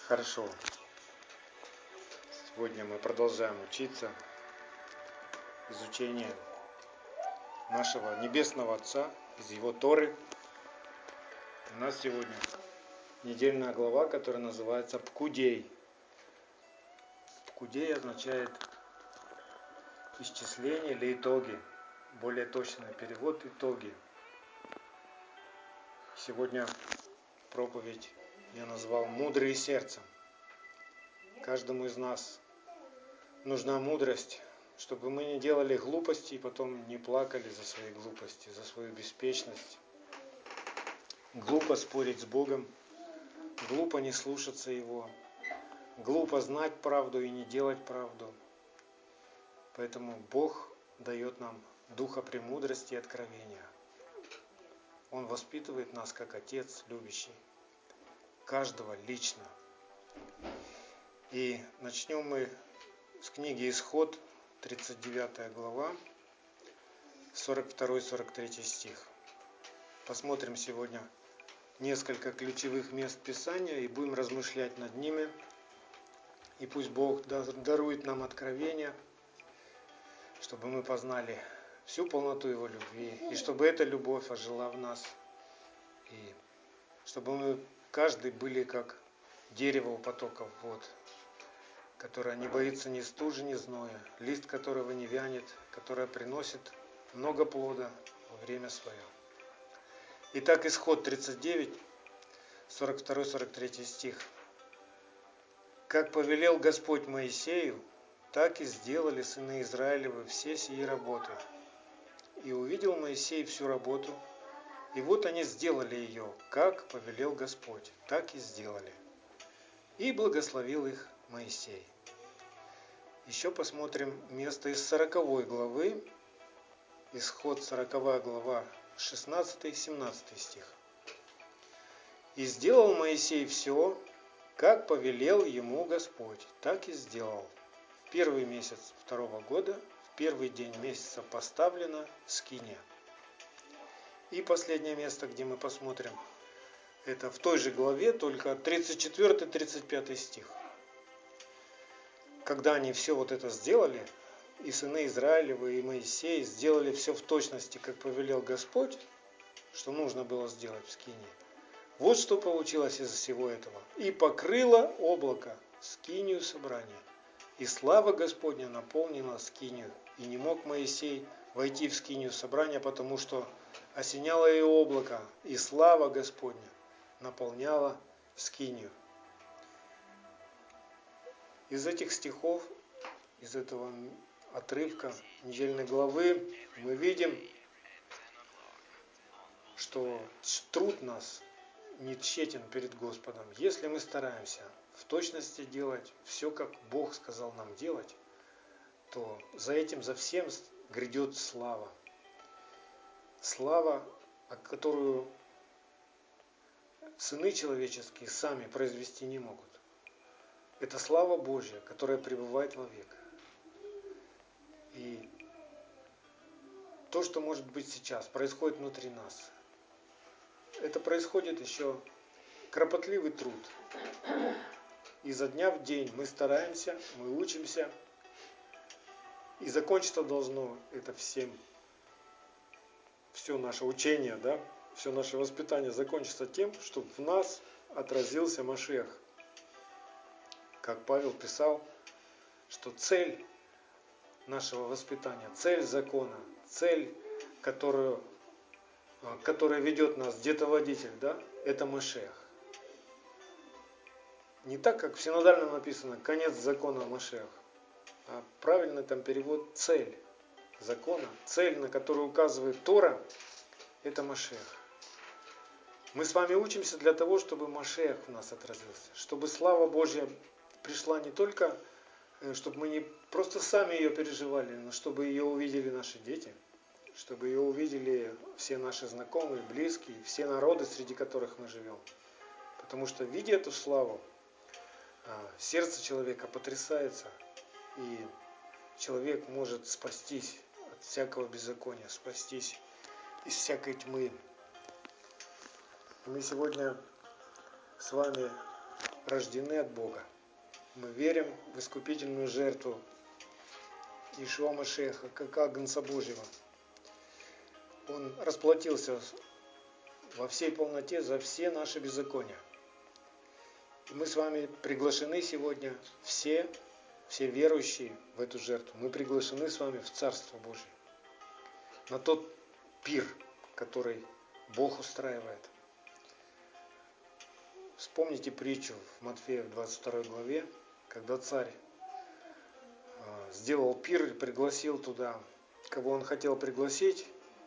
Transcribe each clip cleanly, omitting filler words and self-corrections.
Хорошо. Сегодня мы продолжаем учиться изучение нашего Небесного Отца из Его Торы. У нас сегодня недельная глава, которая называется Пкудей. Пкудей означает исчисление или итоги. Более точный перевод — итоги. Сегодня проповедь я назвал «Мудрые сердцем». Каждому из нас нужна мудрость, чтобы мы не делали глупости и потом не плакали за свои глупости, за свою беспечность. Глупо спорить с Богом, глупо не слушаться Его, глупо знать правду и не делать правду. Поэтому Бог дает нам духа премудрости и откровения. Он воспитывает нас как Отец любящий, каждого лично. И начнем мы с книги Исход, 39 глава, 42-43 стих. Посмотрим сегодня несколько ключевых мест Писания и будем размышлять над ними. И пусть Бог дарует нам откровение, чтобы мы познали всю полноту Его любви, и чтобы эта любовь ожила в нас, и чтобы мы каждый были как дерево у потоков вод, которое не боится ни стужи, ни зноя, лист которого не вянет, которое приносит много плода во время свое. Итак, Исход 39, 42-43 стих. «Как повелел Господь Моисею, так и сделали сыны Израилевы все сии работы. И увидел Моисей всю работу, и вот они сделали ее, как повелел Господь, так и сделали. И благословил их Моисей». Еще посмотрим место из 40 главы, Исход 40 глава, 16-17 стих. «И сделал Моисей все, как повелел ему Господь, так и сделал. В первый месяц второго года, в первый день месяца поставлена скиния». И последнее место, где мы посмотрим, это в той же главе, только 34-35 стих. Когда они все вот это сделали, и сыны Израилевы, и Моисей сделали все в точности, как повелел Господь, что нужно было сделать в скинии. Вот что получилось из всего этого. «И покрыло облако скинию собрания, и слава Господня наполнила скинию, и не мог Моисей войти в скинию собрания, потому что осеняло ее облако, и слава Господня наполняла скинию». Из этих стихов, из этого отрывка недельной главы мы видим, что труд нас не тщетен перед Господом. Если мы стараемся в точности делать все, как Бог сказал нам делать, то за этим, за всем грядет слава. Слава, которую сыны человеческие сами произвести не могут. Это слава Божья, которая пребывает вовек. И то, что может быть сейчас, происходит внутри нас. Это происходит еще кропотливый труд. Изо дня в день мы стараемся, мы учимся. И закончиться должно это все наше учение, да, все наше воспитание закончится тем, чтобы в нас отразился Машиах. Как Павел писал, что цель нашего воспитания, цель закона, цель, которая ведет нас детоводитель, да, это Машиах. Не так, как в синодальном написано «конец закона Машиах», а правильный там перевод «цель закона», цель, на которую указывает Тора, это Машиах. Мы с вами учимся для того, чтобы Машиах в нас отразился, чтобы слава Божья пришла не только, чтобы мы не просто сами ее переживали, но чтобы ее увидели наши дети, чтобы ее увидели все наши знакомые, близкие, все народы, среди которых мы живем. Потому что, видя эту славу, сердце человека потрясается, и человек может спастись от всякого беззакония, спастись из всякой тьмы. И мы сегодня с вами рождены от Бога. Мы верим в искупительную жертву Иешуа Машеха, как Агнца Божьего. Он расплатился во всей полноте за все наши беззакония. И мы с вами приглашены сегодня, все верующие в эту жертву, мы приглашены с вами в Царство Божие, на тот пир, который Бог устраивает. Вспомните притчу в Матфея в 22 главе, когда царь сделал пир и пригласил туда, кого он хотел пригласить.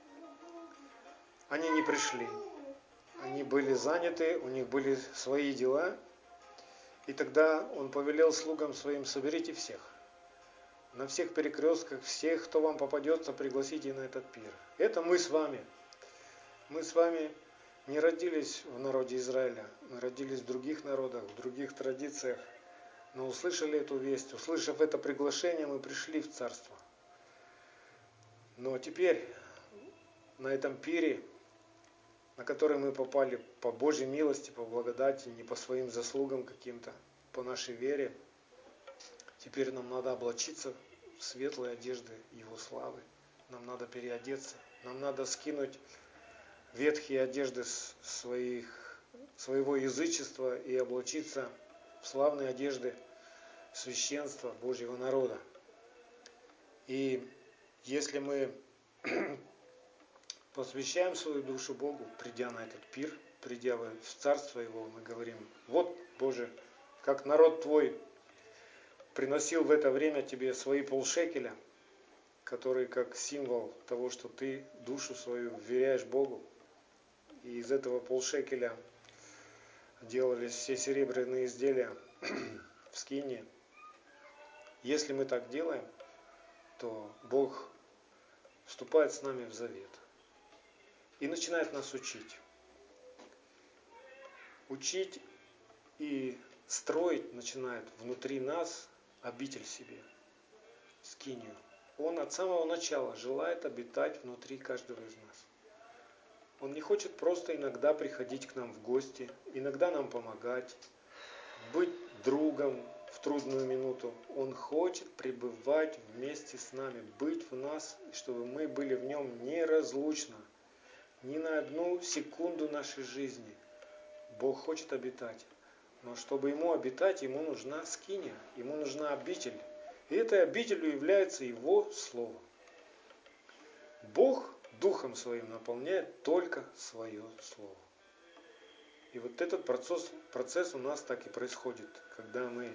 Они не пришли. Они были заняты, у них были свои дела. И тогда он повелел слугам своим: соберите всех. На всех перекрестках, всех, кто вам попадется, пригласите на этот пир. Это мы с вами. Мы с вами не родились в народе Израиля. Мы родились в других народах, в других традициях. Но услышали эту весть, услышав это приглашение, мы пришли в Царство. Но теперь на этом пире, на который мы попали по Божьей милости, по благодати, не по своим заслугам каким-то, по нашей вере, теперь нам надо облачиться в светлые одежды Его славы. Нам надо переодеться. Нам надо скинуть ветхие одежды своего язычества и облачиться в славные одежды священства Божьего народа. И если мы посвящаем свою душу Богу, придя на этот пир, придя в Царство Его, мы говорим: вот, Боже, как народ Твой приносил в это время Тебе свои полшекеля, которые как символ того, что Ты душу свою вверяешь Богу. И из этого полшекеля делались все серебряные изделия в скинии. Если мы так делаем, то Бог вступает с нами в завет и начинает нас учить. Учить и строить начинает внутри нас обитель себе, скинию. Он от самого начала желает обитать внутри каждого из нас. Он не хочет просто иногда приходить к нам в гости, иногда нам помогать, быть другом в трудную минуту. Он хочет пребывать вместе с нами, быть в нас, чтобы мы были в нем неразлучно. Ни на одну секунду нашей жизни Бог хочет обитать. Но чтобы Ему обитать, Ему нужна скиния, Ему нужна обитель. И этой обителью является Его Слово. Бог Духом Своим наполняет только Свое Слово. И вот этот процесс у нас так и происходит, когда мы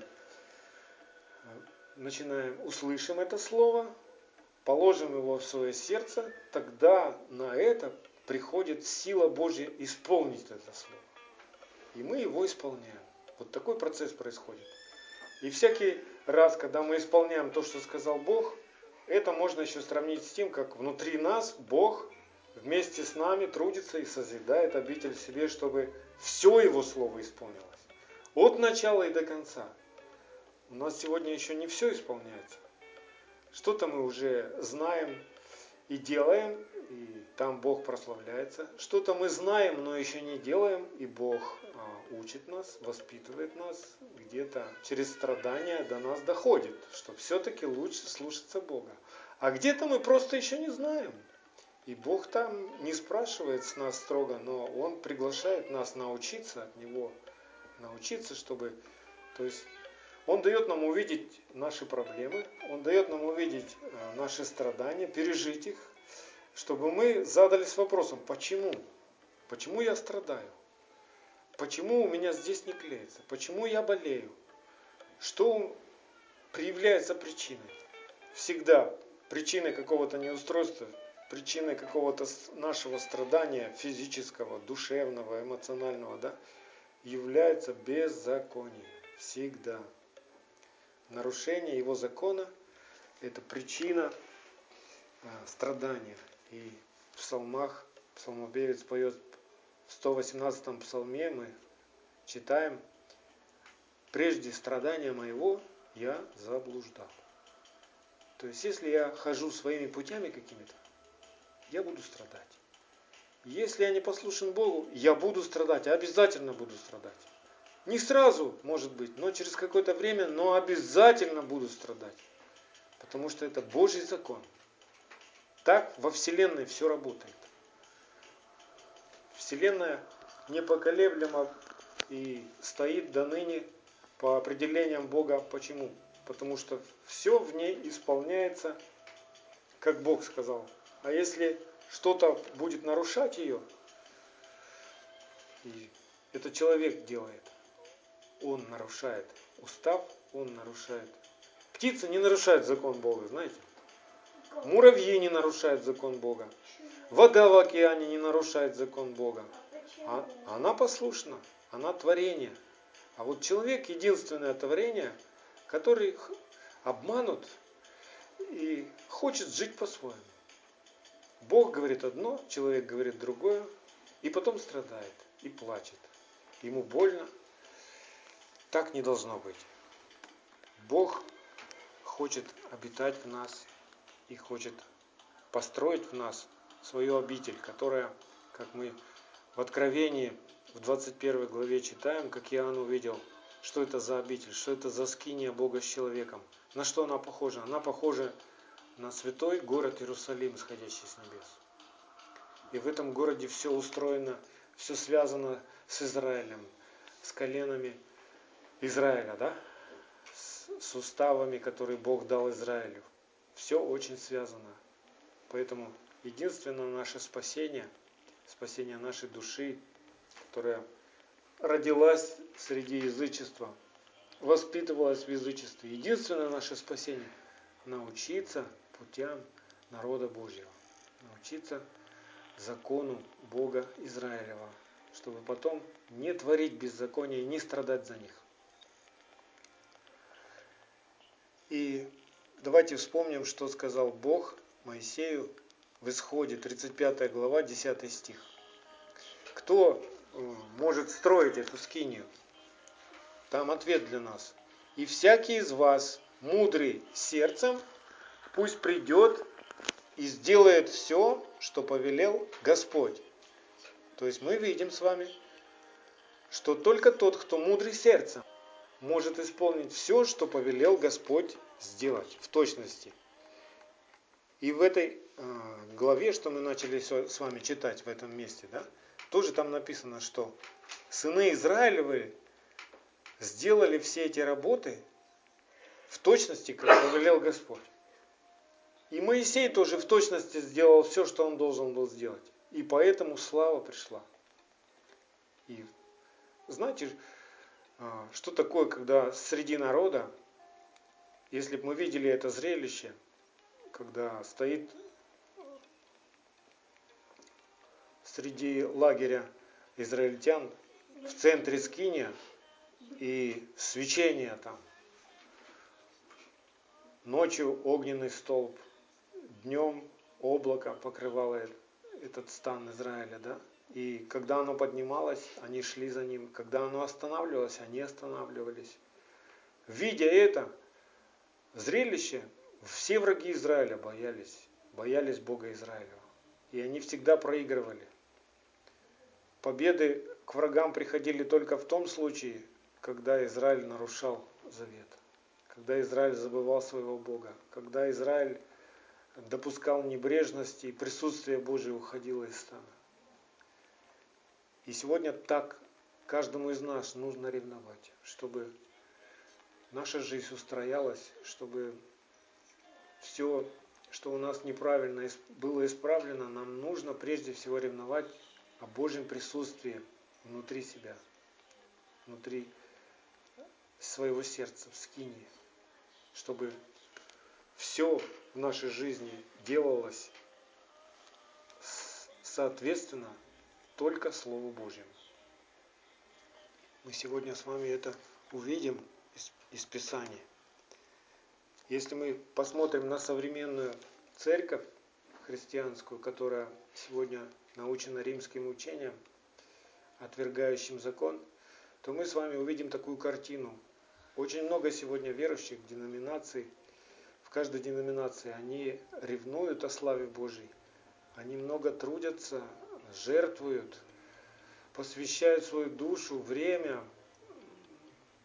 услышим это Слово, положим его в свое сердце, тогда на это приходит сила Божья исполнить это Слово. И мы его исполняем. Вот такой процесс происходит. И всякий раз, когда мы исполняем то, что сказал Бог, это можно еще сравнить с тем, как внутри нас Бог вместе с нами трудится и созидает обитель в себе, чтобы все Его Слово исполнилось. От начала и до конца. У нас сегодня еще не все исполняется. Что-то мы уже знаем и делаем, и там Бог прославляется. Что-то мы знаем, но еще не делаем, и Бог учит нас, воспитывает нас, где-то через страдания до нас доходит, что все-таки лучше слушаться Бога. А где-то мы просто еще не знаем. И Бог там не спрашивает с нас строго, но Он приглашает нас научиться от Него, научиться, чтобы... То есть Он дает нам увидеть наши проблемы, Он дает нам увидеть наши страдания, пережить их, чтобы мы задались вопросом: почему? Почему я страдаю? Почему у меня здесь не клеится? Почему я болею? Что является причиной? Всегда причиной какого-то неустройства, причиной какого-то нашего страдания физического, душевного, эмоционального, является беззаконие. Всегда. Нарушение Его закона – это причина страдания. И в псалмах псалмопевец поет, в 118-м псалме мы читаем: «Прежде страдания моего я заблуждал». То есть, если я хожу своими путями какими-то, я буду страдать. Если я не послушен Богу, я буду страдать, обязательно буду страдать. Не сразу, может быть, но через какое-то время, но обязательно будут страдать. Потому что это Божий закон. Так во Вселенной все работает. Вселенная непоколеблема и стоит до ныне по определениям Бога. Почему? Потому что все в ней исполняется, как Бог сказал. А если что-то будет нарушать ее, и это человек делает, он нарушает устав, он нарушает. Птицы не нарушают закон Бога, знаете? Муравьи не нарушают закон Бога. Вода в океане не нарушает закон Бога. Она послушна, она творение. А вот человек единственное творение, который обманут и хочет жить по-своему. Бог говорит одно, человек говорит другое, и потом страдает и плачет. Ему больно. Так не должно быть. Бог хочет обитать в нас и хочет построить в нас свою обитель, которая, как мы в Откровении в 21 главе читаем, как Иоанн увидел, что это за обитель, что это за скиния Бога с человеком. На что она похожа? Она похожа на святой город Иерусалим, сходящий с небес. И в этом городе все устроено, все связано с Израилем, с коленами Израиля, да? С уставами, которые Бог дал Израилю. Все очень связано. Поэтому единственное наше спасение, спасение нашей души, которая родилась среди язычества, воспитывалась в язычестве. Единственное наше спасение – научиться путям народа Божьего, научиться закону Бога Израилева, чтобы потом не творить беззаконие и не страдать за них. И давайте вспомним, что сказал Бог Моисею в Исходе, 35 глава, 10 стих. Кто может строить эту скинию? Там ответ для нас. И всякий из вас, мудрый сердцем, пусть придет и сделает все, что повелел Господь. То есть мы видим с вами, что только тот, кто мудрый сердцем, может исполнить все, что повелел Господь сделать в точности. И в этой главе, что мы начали с вами читать в этом месте, да, тоже там написано, что сыны Израилевы сделали все эти работы в точности, как повелел Господь. И Моисей тоже в точности сделал все, что он должен был сделать. И поэтому слава пришла. И знаете, что такое, когда среди народа, если бы мы видели это зрелище, когда стоит среди лагеря израильтян в центре скиния и свечение там, ночью огненный столб, днем облако покрывало этот стан Израиля, да? И когда оно поднималось, они шли за ним. Когда оно останавливалось, они останавливались. Видя это зрелище, все враги Израиля боялись Бога Израилева. И они всегда проигрывали. Победы к врагам приходили только в том случае, когда Израиль нарушал завет. Когда Израиль забывал своего Бога. Когда Израиль допускал небрежности, и присутствие Божие уходило из стана. И сегодня так каждому из нас нужно ревновать, чтобы наша жизнь устроялась, чтобы все, что у нас неправильно было исправлено, нам нужно прежде всего ревновать о Божьем присутствии внутри себя, внутри своего сердца, в скинии, чтобы все в нашей жизни делалось соответственно только Слову Божьему. Мы сегодня с вами это увидим из Писания. Если мы посмотрим на современную церковь христианскую, которая сегодня научена римским учением, отвергающим закон, то мы с вами увидим такую картину. Очень много сегодня верующих деноминаций, в каждой деноминации они ревнуют о славе Божьей, они много трудятся, жертвуют, посвящают свою душу, время,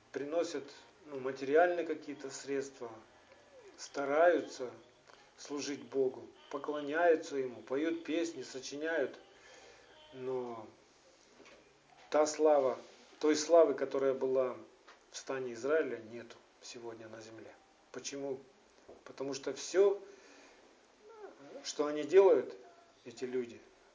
приносят материальные какие-то средства, стараются служить Богу, поклоняются Ему, поют песни, сочиняют, но той славы, которая была в стане Израиля, нету сегодня на земле. Почему? Потому что все, что они делают, эти люди,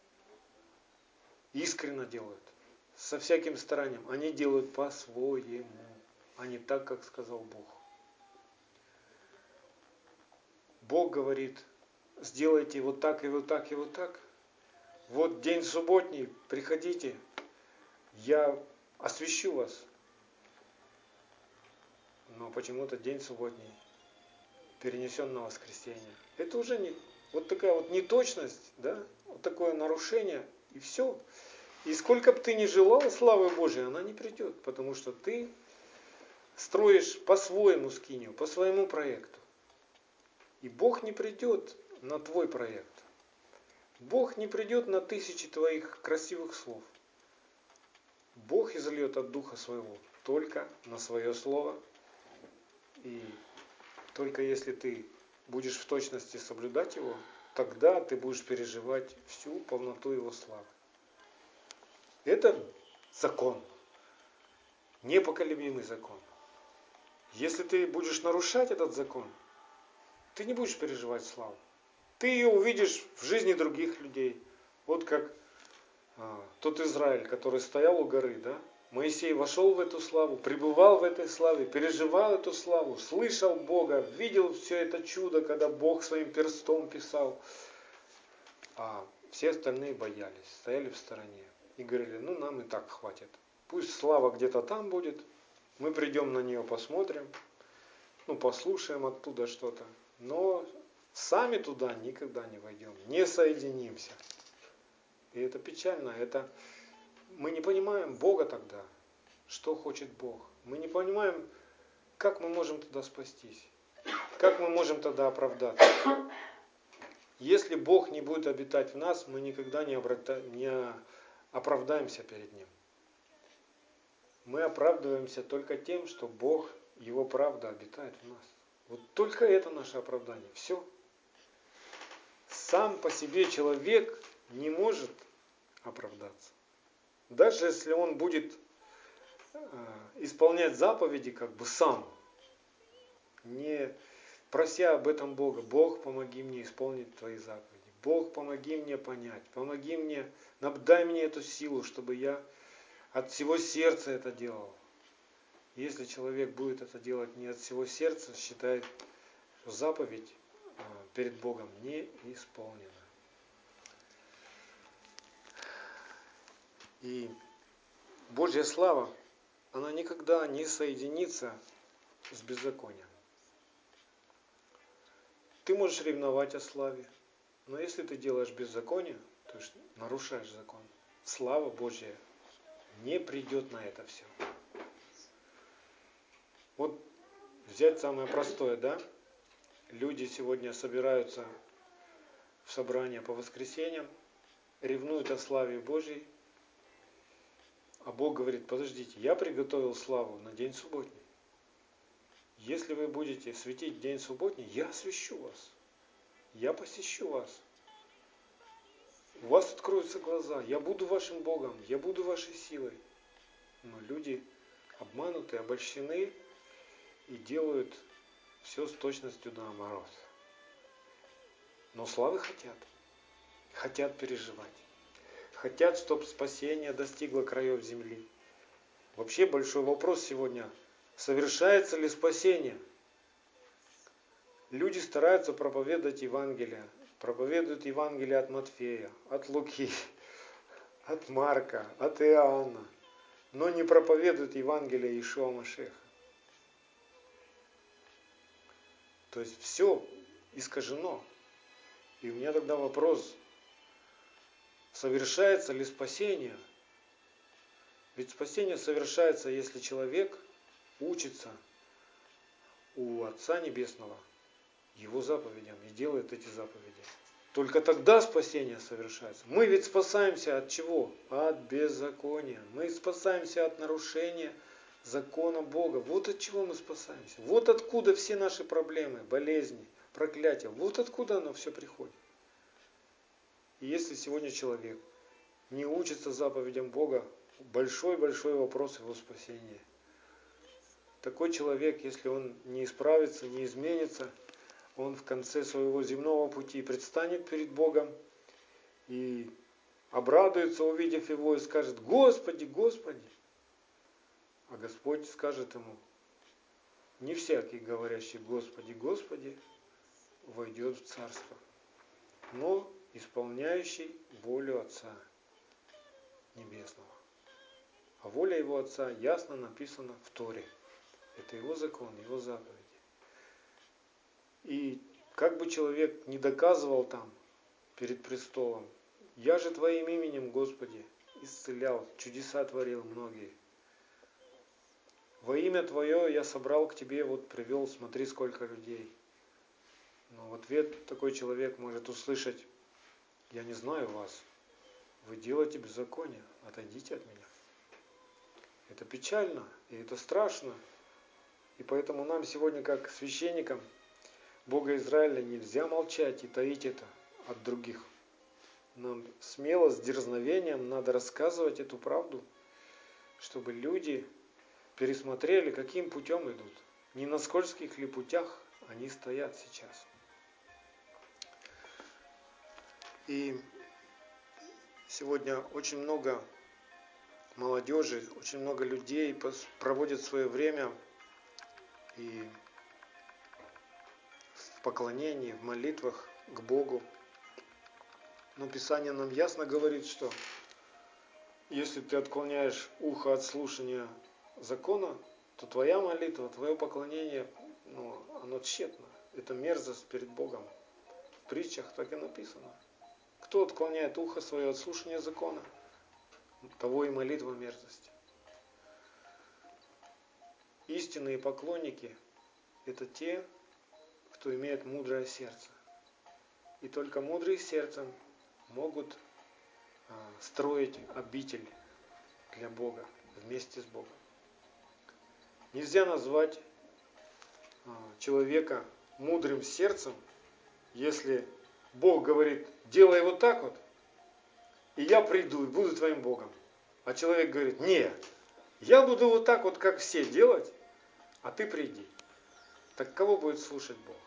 искренне делают, со всяким старанием. Они делают по-своему, а не так, как сказал Бог. Бог говорит, сделайте вот так и вот так и вот так. Вот день субботний, приходите, я освящу вас. Но почему-то день субботний перенесен на воскресенье. Это уже не вот такая вот неточность, да? Вот такое нарушение, и все. И сколько бы ты ни желал славы Божией, она не придет, потому что ты строишь по-своему скинию, по своему проекту. И Бог не придет на твой проект. Бог не придет на тысячи твоих красивых слов. Бог изольет от Духа Своего только на Свое Слово. И только если ты будешь в точности соблюдать Его, тогда ты будешь переживать всю полноту Его славы. Это закон. Непоколебимый закон. Если ты будешь нарушать этот закон, ты не будешь переживать славу. Ты ее увидишь в жизни других людей. Вот как тот Израиль, который стоял у горы, да? Моисей вошел в эту славу, пребывал в этой славе, переживал эту славу, слышал Бога, видел все это чудо, когда Бог своим перстом писал. А все остальные боялись, стояли в стороне и говорили, нам и так хватит. Пусть слава где-то там будет, мы придем на нее, посмотрим, послушаем оттуда что-то. Но сами туда никогда не войдем, не соединимся. И это печально, мы не понимаем Бога тогда, что хочет Бог. Мы не понимаем, как мы можем тогда спастись, как мы можем тогда оправдаться. Если Бог не будет обитать в нас, мы никогда не оправдаемся перед Ним. Мы оправдываемся только тем, что Бог, Его правда обитает в нас. Вот только это наше оправдание. Все. Сам по себе человек не может оправдаться. Даже если он будет исполнять заповеди сам, не прося об этом Бога. Бог, помоги мне исполнить Твои заповеди. Бог, помоги мне понять. Помоги мне, дай мне эту силу, чтобы я от всего сердца это делал. Если человек будет это делать не от всего сердца, считает, что заповедь перед Богом не исполнена. И Божья слава, она никогда не соединится с беззаконием. Ты можешь ревновать о славе, но если ты делаешь беззаконие, то есть нарушаешь закон, слава Божья не придет на это все. Вот взять самое простое, да? Люди сегодня собираются в собрания по воскресеньям, ревнуют о славе Божьей, а Бог говорит, подождите, я приготовил славу на день субботний. Если вы будете светить день субботний, я освящу вас. Я посещу вас. У вас откроются глаза. Я буду вашим Богом. Я буду вашей силой. Но люди обмануты, обольщены и делают все с точностью наоборот. Но славы хотят. Хотят переживать. Хотят, чтобы спасение достигло краев земли. Вообще большой вопрос сегодня. Совершается ли спасение? Люди стараются проповедовать Евангелие. Проповедуют Евангелие от Матфея, от Луки, от Марка, от Иоанна. Но не проповедуют Евангелие Иешуа Машиаха. То есть все искажено. И у меня тогда вопрос. Совершается ли спасение? Ведь спасение совершается, если человек учится у Отца Небесного Его заповедям и делает эти заповеди. Только тогда спасение совершается. Мы ведь спасаемся от чего? От беззакония. Мы спасаемся от нарушения закона Бога. Вот от чего мы спасаемся. Вот откуда все наши проблемы, болезни, проклятия. Вот откуда оно все приходит. И если сегодня человек не учится заповедям Бога, большой-большой вопрос его спасения. Такой человек, если он не исправится, не изменится, он в конце своего земного пути предстанет перед Богом и обрадуется, увидев его, и скажет: Господи, Господи. А Господь скажет ему: не всякий, говорящий Господи, Господи, войдет в Царство, но исполняющий волю Отца Небесного. А воля его Отца ясно написана в Торе. Это его закон, его заповеди. И как бы человек не доказывал там перед престолом: я же Твоим именем, Господи, исцелял, чудеса творил многие. Во имя Твое я собрал к Тебе, вот привел, смотри, сколько людей. Но в ответ такой человек может услышать: я не знаю вас, вы делаете беззаконие, отойдите от меня. Это печально, и это страшно. И поэтому нам сегодня, как священникам Бога Израиля, нельзя молчать и таить это от других. Нам смело, с дерзновением надо рассказывать эту правду, чтобы люди пересмотрели, каким путем идут. Не на скользких ли путях они стоят сейчас. И сегодня очень много молодежи, очень много людей проводят свое время и в поклонении, в молитвах к Богу. Но Писание нам ясно говорит, что если ты отклоняешь ухо от слушания закона, то твоя молитва, твое поклонение, оно тщетно. Это мерзость перед Богом. В притчах так и написано. Кто отклоняет ухо свое от слушания закона, того и молитва мерзость. Истинные поклонники – это те, кто имеет мудрое сердце. И только мудрые сердцем могут строить обитель для Бога, вместе с Богом. Нельзя назвать человека мудрым сердцем, если Бог говорит: делай вот так вот, и я приду и буду твоим Богом. А человек говорит: нет, я буду вот так вот, как все, делать, а ты приди. Так кого будет слушать Бог?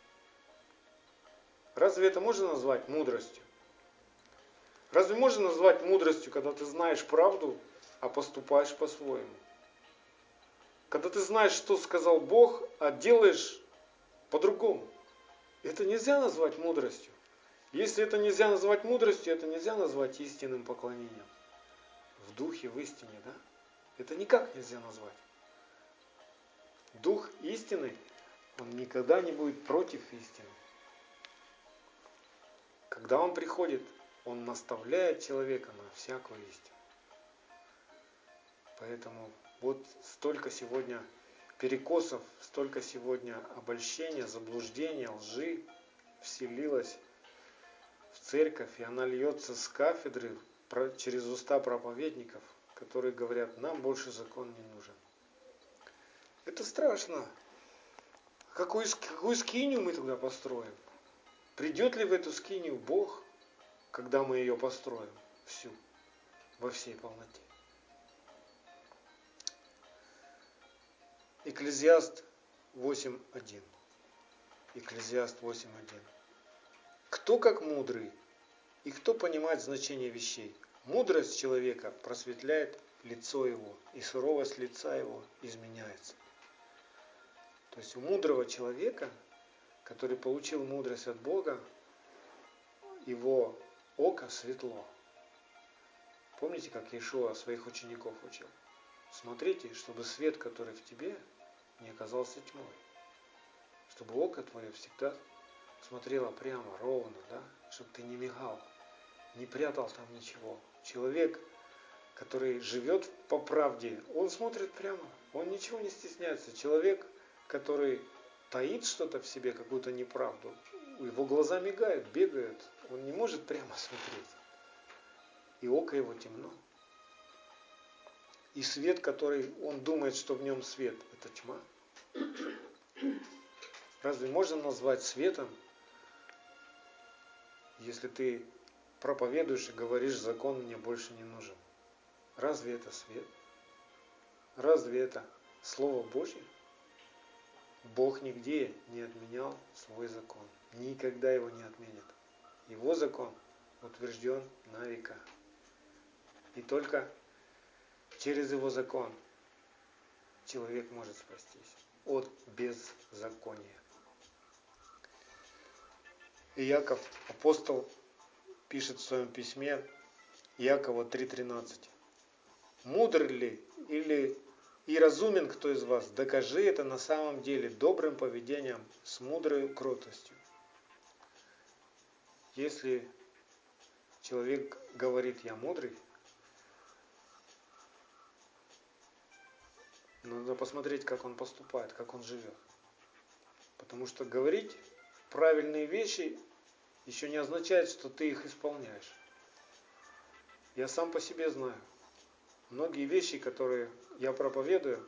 Разве это можно назвать мудростью? Разве можно назвать мудростью, когда ты знаешь правду, а поступаешь по-своему? Когда ты знаешь, что сказал Бог, а делаешь по-другому. Это нельзя назвать мудростью. Если это нельзя назвать мудростью, это нельзя назвать истинным поклонением. В духе, в истине, да? Это никак нельзя назвать. Дух истины, он никогда не будет против истины. Когда он приходит, он наставляет человека на всякую истину. Поэтому вот столько сегодня перекосов, столько сегодня обольщения, заблуждения, лжи вселилось в церковь, и она льется с кафедры через уста проповедников, которые говорят: нам больше закон не нужен. Это страшно. Какую скинию мы тогда построим? Придет ли в эту скинию Бог, когда мы ее построим всю, во всей полноте? Экклезиаст 8.1. Экклезиаст 8.1. Кто как мудрый, и кто понимает значение вещей? Мудрость человека просветляет лицо его, и суровость лица его изменяется. То есть у мудрого человека, который получил мудрость от Бога, его око светло. Помните, как Иешуа своих учеников учил? Смотрите, чтобы свет, который в тебе, не оказался тьмой. Чтобы око твое всегда смотрело прямо, ровно, да? Чтобы ты не мигал, не прятал там ничего. Человек, который живет по правде, он смотрит прямо, он ничего не стесняется. Человек, который таит что-то в себе, какую-то неправду, его глаза мигают, бегают, он не может прямо смотреть. И око его темно. И свет, который он думает, что в нем свет, это тьма. Разве можно назвать светом, если ты проповедуешь и говоришь, закон мне больше не нужен? Разве это свет? Разве это Слово Божье? Бог нигде не отменял свой закон. Никогда его не отменит. Его закон утвержден на века. И только через его закон человек может спастись от беззакония. И Яков, апостол, пишет в своем письме Якова 3:13. Мудр ли или и разумен кто из вас, докажи это на самом деле добрым поведением с мудрой кротостью. Если человек говорит, я мудрый, надо посмотреть, как он поступает, как он живет. Потому что говорить правильные вещи еще не означает, что ты их исполняешь. Я сам по себе знаю. Многие вещи, которые я проповедую,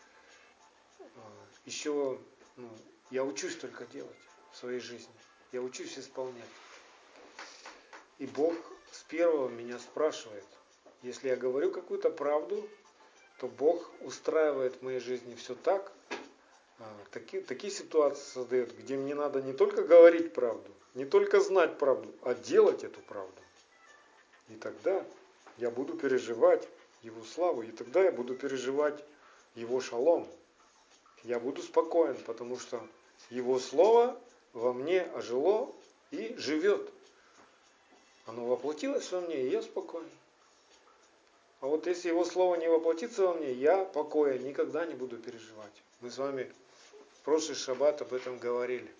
еще я учусь только делать в своей жизни. Я учусь исполнять. И Бог с первого меня спрашивает. Если я говорю какую-то правду, то Бог устраивает в моей жизни все так, такие ситуации создает, где мне надо не только говорить правду, не только знать правду, а делать эту правду. И тогда я буду переживать Его славу, и тогда я буду переживать Его шалом. Я буду спокоен, потому что Его Слово во мне ожило и живет. Оно воплотилось во мне, и я спокоен. А вот если Его Слово не воплотится во мне, я покоя никогда не буду переживать. Мы с вами в прошлый шаббат об этом говорили.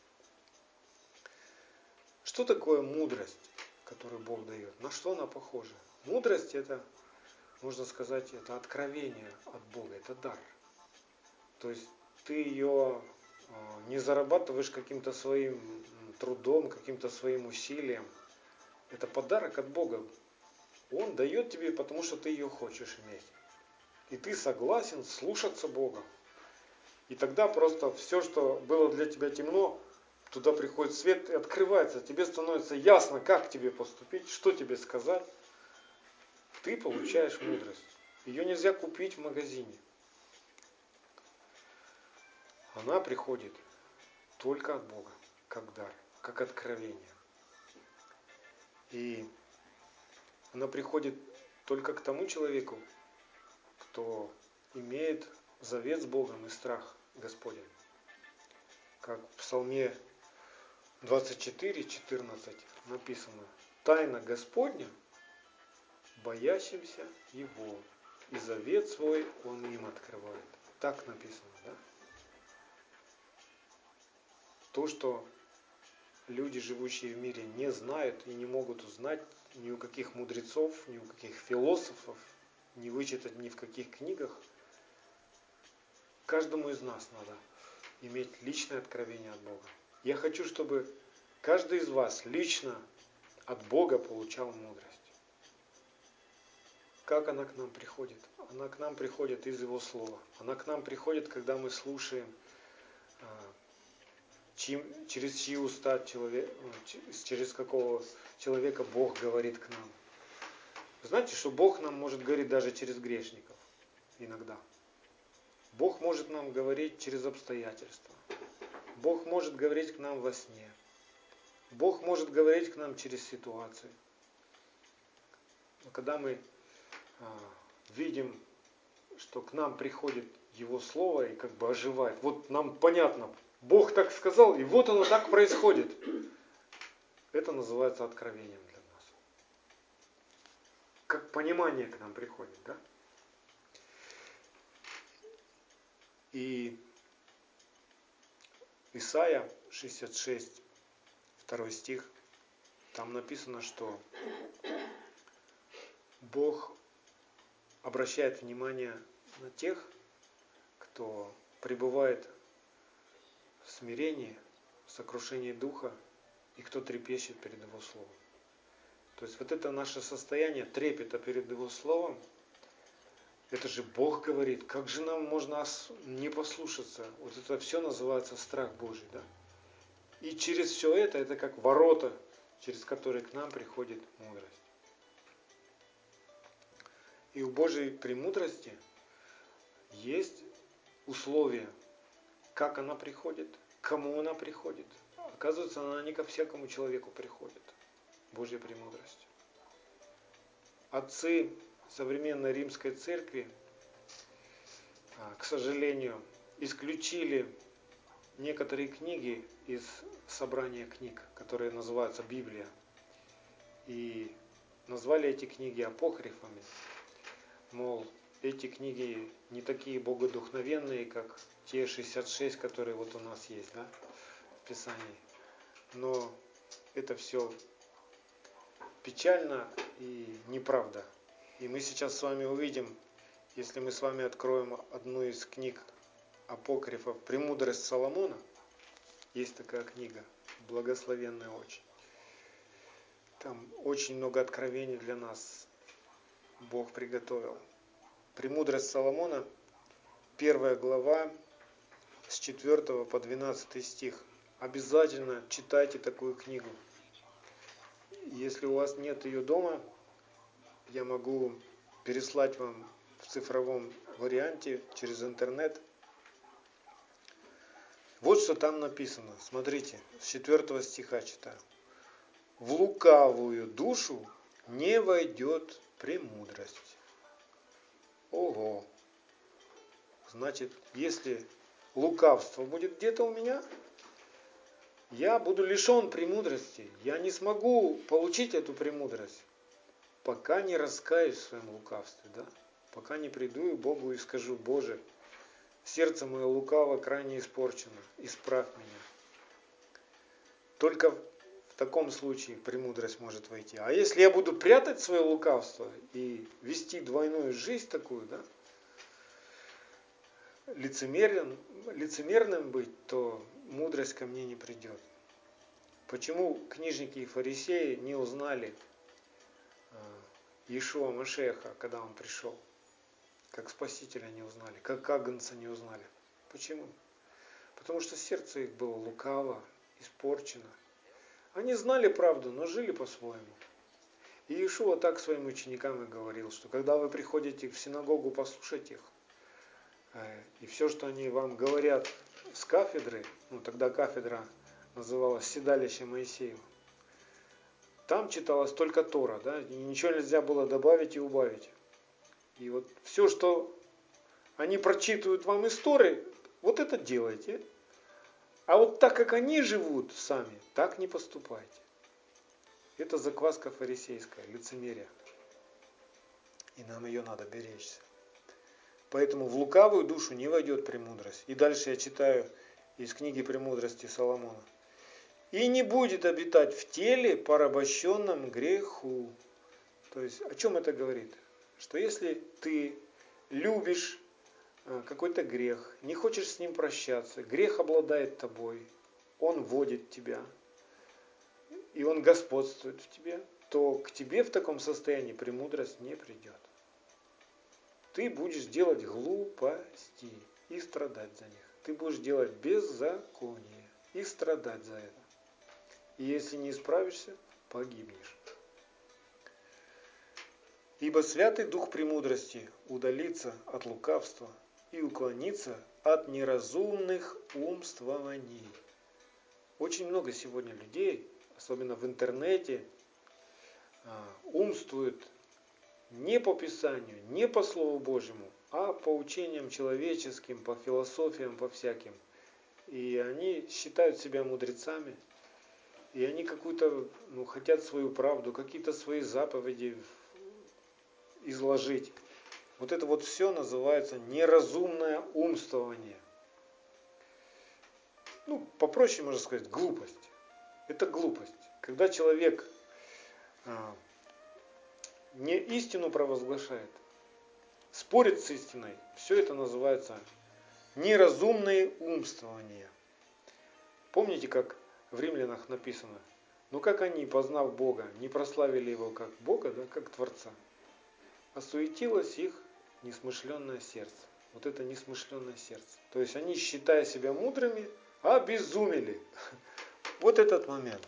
Что такое мудрость, которую Бог дает? На что она похожа? Мудрость это, можно сказать, это откровение от Бога, это дар. То есть ты ее не зарабатываешь каким-то своим трудом, каким-то своим усилием. Это подарок от Бога. Он дает тебе, потому что ты ее хочешь иметь. И ты согласен слушаться Бога. И тогда просто все, что было для тебя темно, туда приходит свет и открывается. Тебе становится ясно, как тебе поступить, что тебе сказать. Ты получаешь мудрость. Ее нельзя купить в магазине. Она приходит только от Бога, как дар, как откровение. И она приходит только к тому человеку, кто имеет завет с Богом и страх Господень. Как в Псалме 24:14 написано: «Тайна Господня боящимся Его, и завет свой Он им открывает». Так написано, да? То, что люди, живущие в мире, не знают и не могут узнать ни у каких мудрецов, ни у каких философов, не вычитать ни в каких книгах, каждому из нас надо иметь личное откровение от Бога. Я хочу, чтобы каждый из вас лично от Бога получал мудрость. Как она к нам приходит? Она к нам приходит из Его Слова. Она к нам приходит, когда мы слушаем, через чьи уста через какого человека Бог говорит к нам. Знаете, что Бог нам может говорить даже через грешников иногда. Бог может нам говорить через обстоятельства. Бог может говорить к нам во сне. Бог может говорить к нам через ситуации. Но когда мы видим, что к нам приходит Его Слово и как бы оживает, вот нам понятно, Бог так сказал, и вот оно так происходит. Это называется откровением для нас. Как понимание к нам приходит, да? И Исайя 66, 2 стих, там написано, что Бог обращает внимание на тех, кто пребывает в смирении, в сокрушении духа и кто трепещет перед Его Словом. То есть вот это наше состояние трепета перед Его Словом, Это же Бог говорит, как же нам можно не послушаться? Вот это все называется страх Божий, да? И через все это как ворота, через которые к нам приходит мудрость. И у Божьей премудрости есть условия, как она приходит, к кому она приходит. Оказывается, она не ко всякому человеку приходит, Божья премудрость. Отцы современной римской церкви, к сожалению, исключили некоторые книги из собрания книг, которые называются Библия, и назвали эти книги апокрифами. Мол, эти книги не такие богодухновенные, как те 66, которые вот у нас есть, да, в Писании. Но это все печально и неправда. И мы сейчас с вами увидим, если мы с вами откроем одну из книг апокрифов «Премудрость Соломона», есть такая книга, благословенная очень. Там очень много откровений для нас Бог приготовил. «Премудрость Соломона», 1 глава, с 4 по 12 стих. Обязательно читайте такую книгу. Если у вас нет ее дома, я могу переслать вам в цифровом варианте через интернет. Вот что там написано. Смотрите, с 4 стиха читаю. В лукавую душу не войдет премудрость. Ого! Значит, если лукавство будет где-то у меня, я буду лишен премудрости. Я не смогу получить эту премудрость, пока не раскаюсь в своем лукавстве, да? Пока не приду к Богу и скажу: Боже, сердце мое лукаво крайне испорчено, исправь меня. Только в таком случае премудрость может войти. А если я буду прятать свое лукавство и вести двойную жизнь такую, да, лицемерным быть, то мудрость ко мне не придет. Почему книжники и фарисеи не узнали Иешуа Машеха, когда он пришел? Как Спасителя не узнали, как Агнца не узнали. Почему? Потому что сердце их было лукаво, испорчено. Они знали правду, но жили по-своему. И Иешуа так своим ученикам и говорил, что когда вы приходите в синагогу послушать их, и все, что они вам говорят с кафедры, тогда кафедра называлась седалище Моисеева, там читалась только Тора, да, и ничего нельзя было добавить и убавить. И вот все, что они прочитывают вам из Торы, вот это делайте. А вот так, как они живут сами, так не поступайте. Это закваска фарисейская, лицемерие. И нам ее надо беречься. Поэтому в лукавую душу не войдет премудрость. И дальше я читаю из книги «Премудрости Соломона». И не будет обитать в теле, порабощенном греху. То есть, о чем это говорит? Что если ты любишь какой-то грех, не хочешь с ним прощаться, грех обладает тобой, он водит тебя, и он господствует в тебе, то к тебе в таком состоянии премудрость не придет. Ты будешь делать глупости и страдать за них. Ты будешь делать беззаконие и страдать за это. И если не исправишься, погибнешь. Ибо Святый Дух премудрости удалится от лукавства и уклонится от неразумных умствований. Очень много сегодня людей, особенно в интернете, умствуют не по Писанию, не по Слову Божьему, а по учениям человеческим, по философиям, по всяким. И они считают себя мудрецами, и они какую-то, хотят свою правду, какие-то свои заповеди изложить. Вот это вот все называется неразумное умствование. Попроще можно сказать, глупость. Это глупость. Когда человек не истину провозглашает, спорит с истиной, все это называется неразумные умствования. Помните, как в Римлянах написано? Как они, познав Бога, не прославили Его как Бога, да, как Творца, осуетилось их несмышленное сердце. Вот это несмышленное сердце. То есть они, считая себя мудрыми, обезумели. Вот этот момент.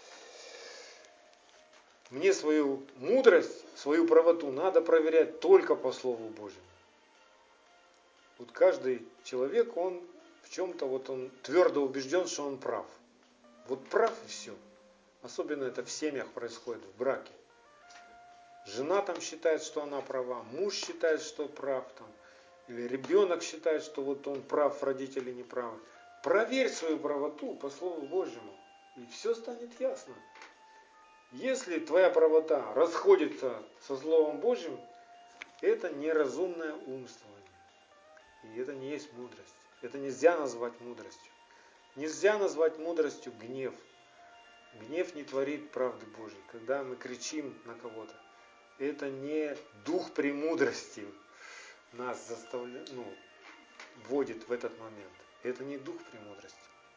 Мне свою мудрость, свою правоту надо проверять только по Слову Божьему. Вот каждый человек, он в чем-то, вот он твердо убежден, что он прав. Вот прав и все. Особенно это в семьях происходит, в браке. Жена там считает, что она права, муж считает, что прав, там, или ребенок считает, что вот он прав, родители не правы. Проверь свою правоту по Слову Божьему, и все станет ясно. Если твоя правота расходится со Словом Божьим, это неразумное умствование. И это не есть мудрость. Это нельзя назвать мудростью. Нельзя назвать мудростью гнев. Гнев не творит правды Божьей. Когда мы кричим на кого-то, это не дух премудрости нас заставляет, вводит в этот момент. Это не дух премудрости.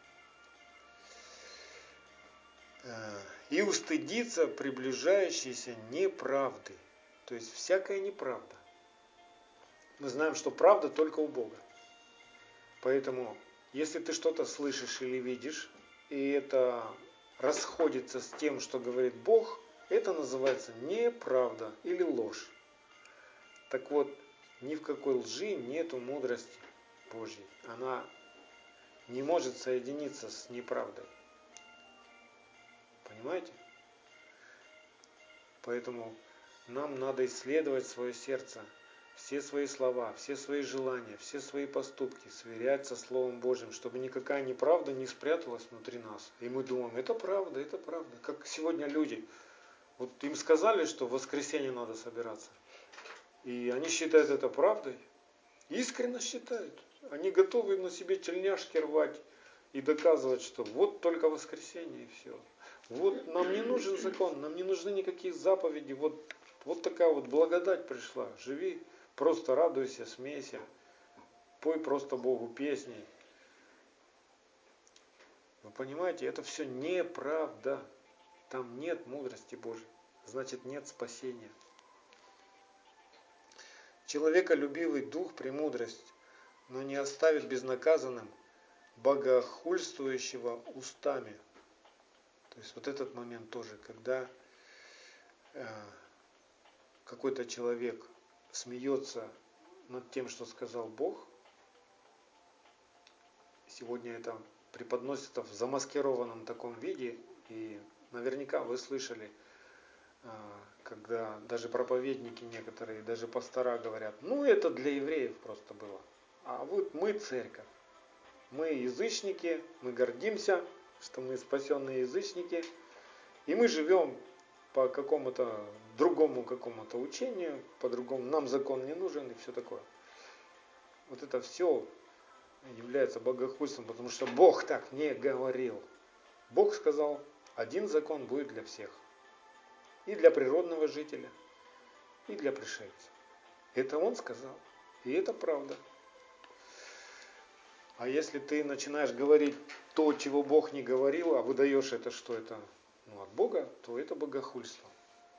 И устыдиться приближающейся неправды. То есть всякая неправда. Мы знаем, что правда только у Бога. Поэтому, если ты что-то слышишь или видишь, и это расходится с тем, что говорит Бог, это называется неправда или ложь. Так вот, ни в какой лжи нету мудрости Божьей. Она не может соединиться с неправдой. Понимаете? Поэтому нам надо исследовать свое сердце, все свои слова, все свои желания, все свои поступки, сверять со Словом Божьим, чтобы никакая неправда не спряталась внутри нас. И мы думаем, это правда, это правда. Как сегодня люди, вот им сказали, что в воскресенье надо собираться. И они считают это правдой. Искренне считают. Они готовы на себе тельняшки рвать и доказывать, что вот только воскресенье и все. Вот нам не нужен закон, нам не нужны никакие заповеди. Вот такая вот благодать пришла. Живи, просто радуйся, смейся. Пой просто Богу песни. Вы понимаете, это все неправда. Там нет мудрости Божьей. Значит, нет спасения. Человеколюбивый дух премудрость, но не оставит безнаказанным богохульствующего устами. То есть вот этот момент тоже, когда какой-то человек смеется над тем, что сказал Бог, сегодня это преподносится в замаскированном таком виде, и наверняка вы слышали, когда даже проповедники некоторые, даже пастора говорят, это для евреев просто было, а вот мы церковь, мы язычники, мы гордимся, что мы спасенные язычники, и мы живем по какому-то другому какому-то учению, по-другому, нам закон не нужен и все такое. Вот это все является богохульством, потому что Бог так не говорил. Бог сказал, один закон будет для всех. И для природного жителя, и для пришельца. Это Он сказал, и это правда. А если ты начинаешь говорить то, чего Бог не говорил, а выдаешь это, что это от Бога, то это богохульство.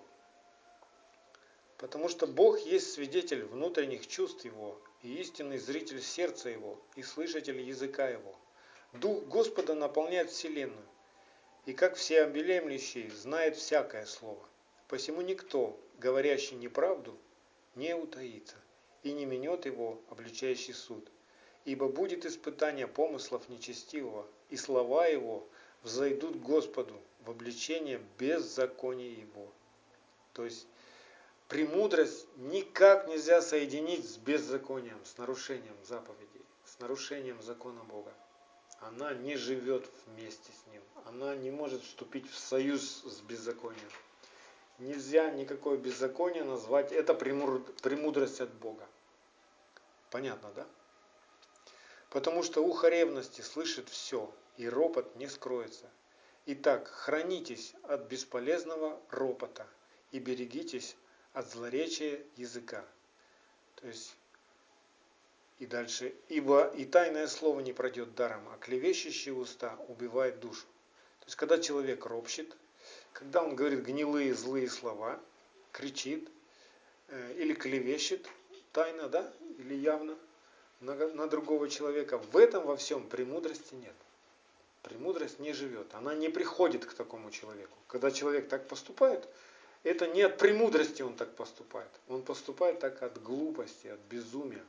Потому что Бог есть свидетель внутренних чувств Его, и истинный зритель сердца Его, и слышатель языка Его. Дух Господа наполняет вселенную, и как всеобъемлющий знает всякое слово. Посему никто, говорящий неправду, не утаится, и не минет его обличающий суд. Ибо будет испытание помыслов нечестивого, и слова его взойдут к Господу в обличение беззакония его. То есть премудрость никак нельзя соединить с беззаконием, с нарушением заповедей, с нарушением закона Бога. Она не живет вместе с ним. Она не может вступить в союз с беззаконием. Нельзя никакое беззаконие назвать, это премудрость от Бога. Понятно, да? Потому что ухо ревности слышит все, и ропот не скроется. Итак, хранитесь от бесполезного ропота и берегитесь от злоречия языка. То есть, и дальше, ибо и тайное слово не пройдет даром, а клевещущие уста убивают душу. То есть, когда человек ропщет, когда он говорит гнилые, злые слова, кричит или клевещет, тайно, да, или явно на другого человека. В этом во всем премудрости нет. Премудрость не живет, она не приходит к такому человеку. Когда человек так поступает, это не от премудрости он так поступает. Он поступает так от глупости, от безумия.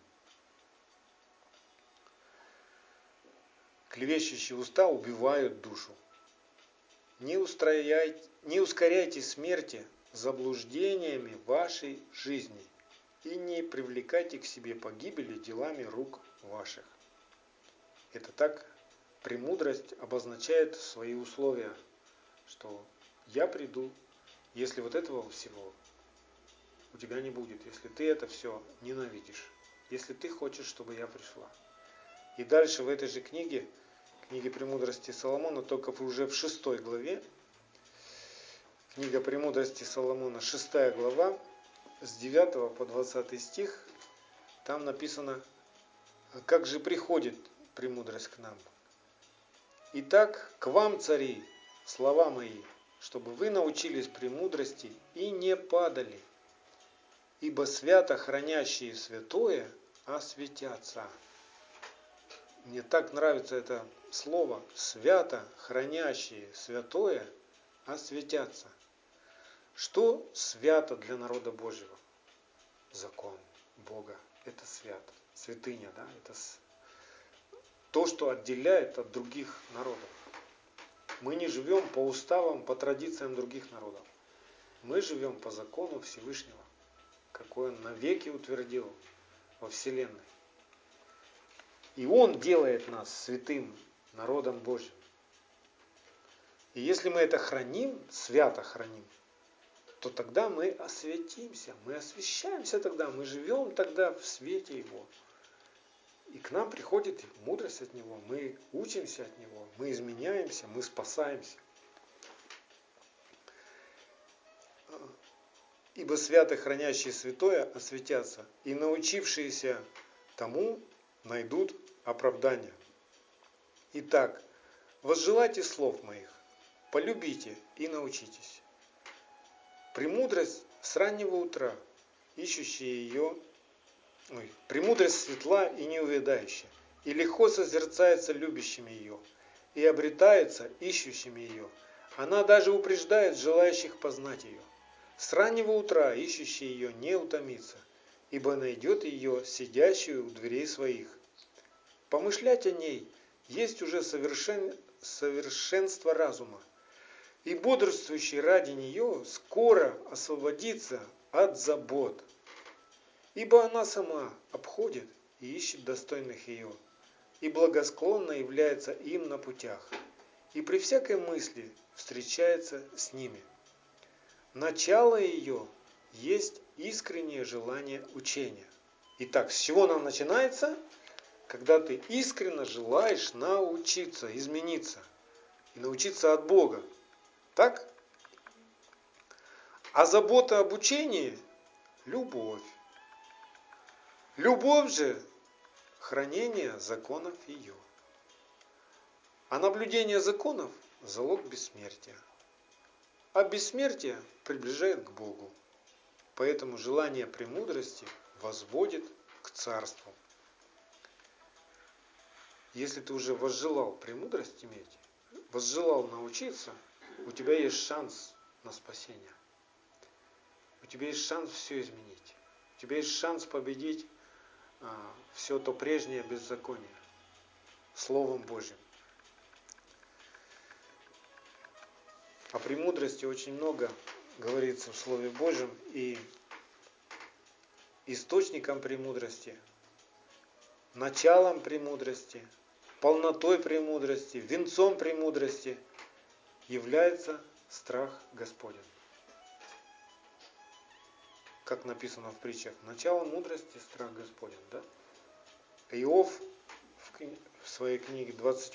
Клевещущие уста убивают душу. Не ускоряйте смерти заблуждениями вашей жизни и не привлекайте к себе погибели делами рук ваших. Это так премудрость обозначает свои условия, что я приду, если вот этого всего у тебя не будет, если ты это все ненавидишь, если ты хочешь, чтобы я пришла. И дальше в этой же книге «Премудрости Соломона», только уже в 6 главе, книга «Премудрости Соломона», 6 глава, с 9 по 20 стих, там написано, как же приходит премудрость к нам. «Итак, к вам, цари, слова мои, чтобы вы научились премудрости и не падали, ибо свято хранящие святое осветятся». Мне так нравится это слово «свято хранящие святое осветятся». Что свято для народа Божьего? Закон Бога. Это свято. Святыня, да? Это то, что отделяет от других народов. Мы не живем по уставам, по традициям других народов. Мы живем по закону Всевышнего, какой Он навеки утвердил во Вселенной. И Он делает нас святым народом Божьим. И если мы это храним, свято храним, то тогда мы осветимся, мы освещаемся тогда, мы живем тогда в свете Его. И к нам приходит мудрость от Него, мы учимся от Него, мы изменяемся, мы спасаемся. Ибо свято хранящие святое осветятся, и научившиеся тому найдут оправдание. Итак, возжелайте слов моих, полюбите и научитесь. Премудрость с раннего утра, премудрость светла и неувядающая, и легко созерцается любящими ее, и обретается ищущими ее. Она даже упреждает желающих познать ее. С раннего утра ищущий ее не утомится, ибо найдет ее, сидящую у дверей своих. Помышлять о ней есть уже совершенство разума, и бодрствующий ради нее скоро освободится от забот. Ибо она сама обходит и ищет достойных ее, и благосклонно является им на путях, и при всякой мысли встречается с ними. Начало ее есть искреннее желание учения. Итак, с чего нам начинается? Когда ты искренне желаешь научиться, измениться и научиться от Бога. Так? А забота об учении – любовь. Любовь же – хранение законов ее. А наблюдение законов – залог бессмертия. А бессмертие приближает к Богу. Поэтому желание премудрости возводит к царству. Если ты уже возжелал премудрость иметь, возжелал научиться, у тебя есть шанс на спасение. У тебя есть шанс все изменить. У тебя есть шанс победить все то прежнее беззаконие Словом Божьим. О премудрости очень много говорится в Слове Божьем, и источником премудрости, началом премудрости, полнотой премудрости, венцом премудрости является страх Господень. Как написано в притчах, начало мудрости – страх Господень. Да? Иов в своей книге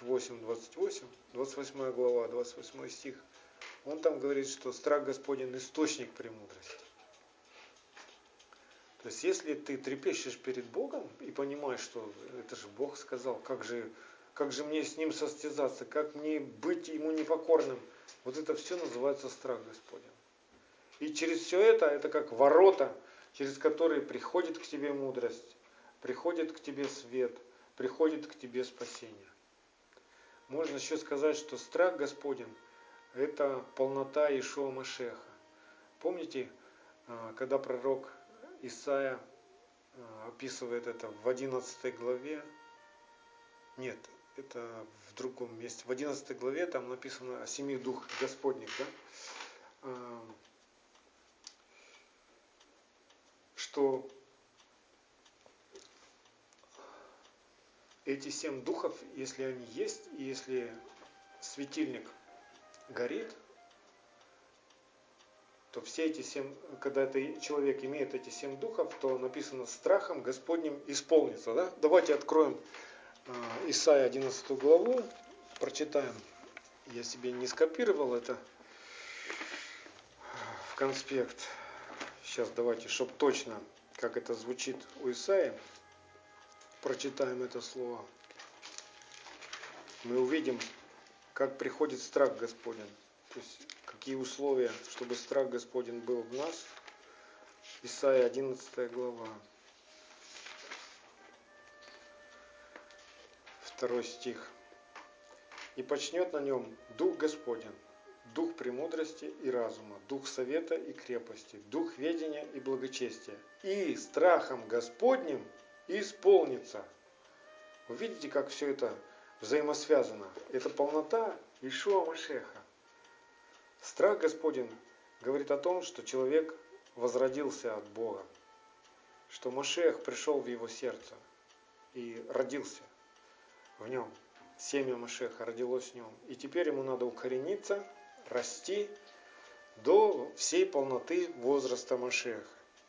28 глава, 28 стих, он там говорит, что страх Господень – источник премудрости. То есть, если ты трепещешь перед Богом и понимаешь, что это же Бог сказал, как же мне с Ним состязаться, как мне быть Ему непокорным, вот это все называется страх Господень. И через все это как ворота, через который приходит к тебе мудрость, приходит к тебе свет, приходит к тебе спасение. Можно еще сказать, что страх Господень – это полнота Иешуа Машеха. Помните, когда пророк Исаия описывает это в 11 главе, нет, это в другом месте, в 11 главе там написано о 7 духах Господних, да? Что эти 7 духов, если они есть, и если светильник горит, то все эти 7, когда человек имеет эти 7 духов, то написано страхом Господним исполнится. Да? Давайте откроем Исайя 11 главу, прочитаем. Я себе не скопировал это в конспект. Сейчас давайте, чтобы точно, как это звучит у Исаии, прочитаем это слово. Мы увидим, как приходит страх Господень. То есть, какие условия, чтобы страх Господень был в нас. Исайя 11 глава. 2 стих. «И почнет на нем Дух Господень, Дух премудрости и разума, Дух совета и крепости, Дух ведения и благочестия, и страхом Господним исполнится». Вы видите, как все это взаимосвязано? Это полнота Иешуа Машеха. Страх Господень говорит о том, что человек возродился от Бога, что Машех пришел в его сердце и родился в нем. Семя Машеха родилось в нем. И теперь ему надо укорениться, расти до всей полноты возраста Машеха.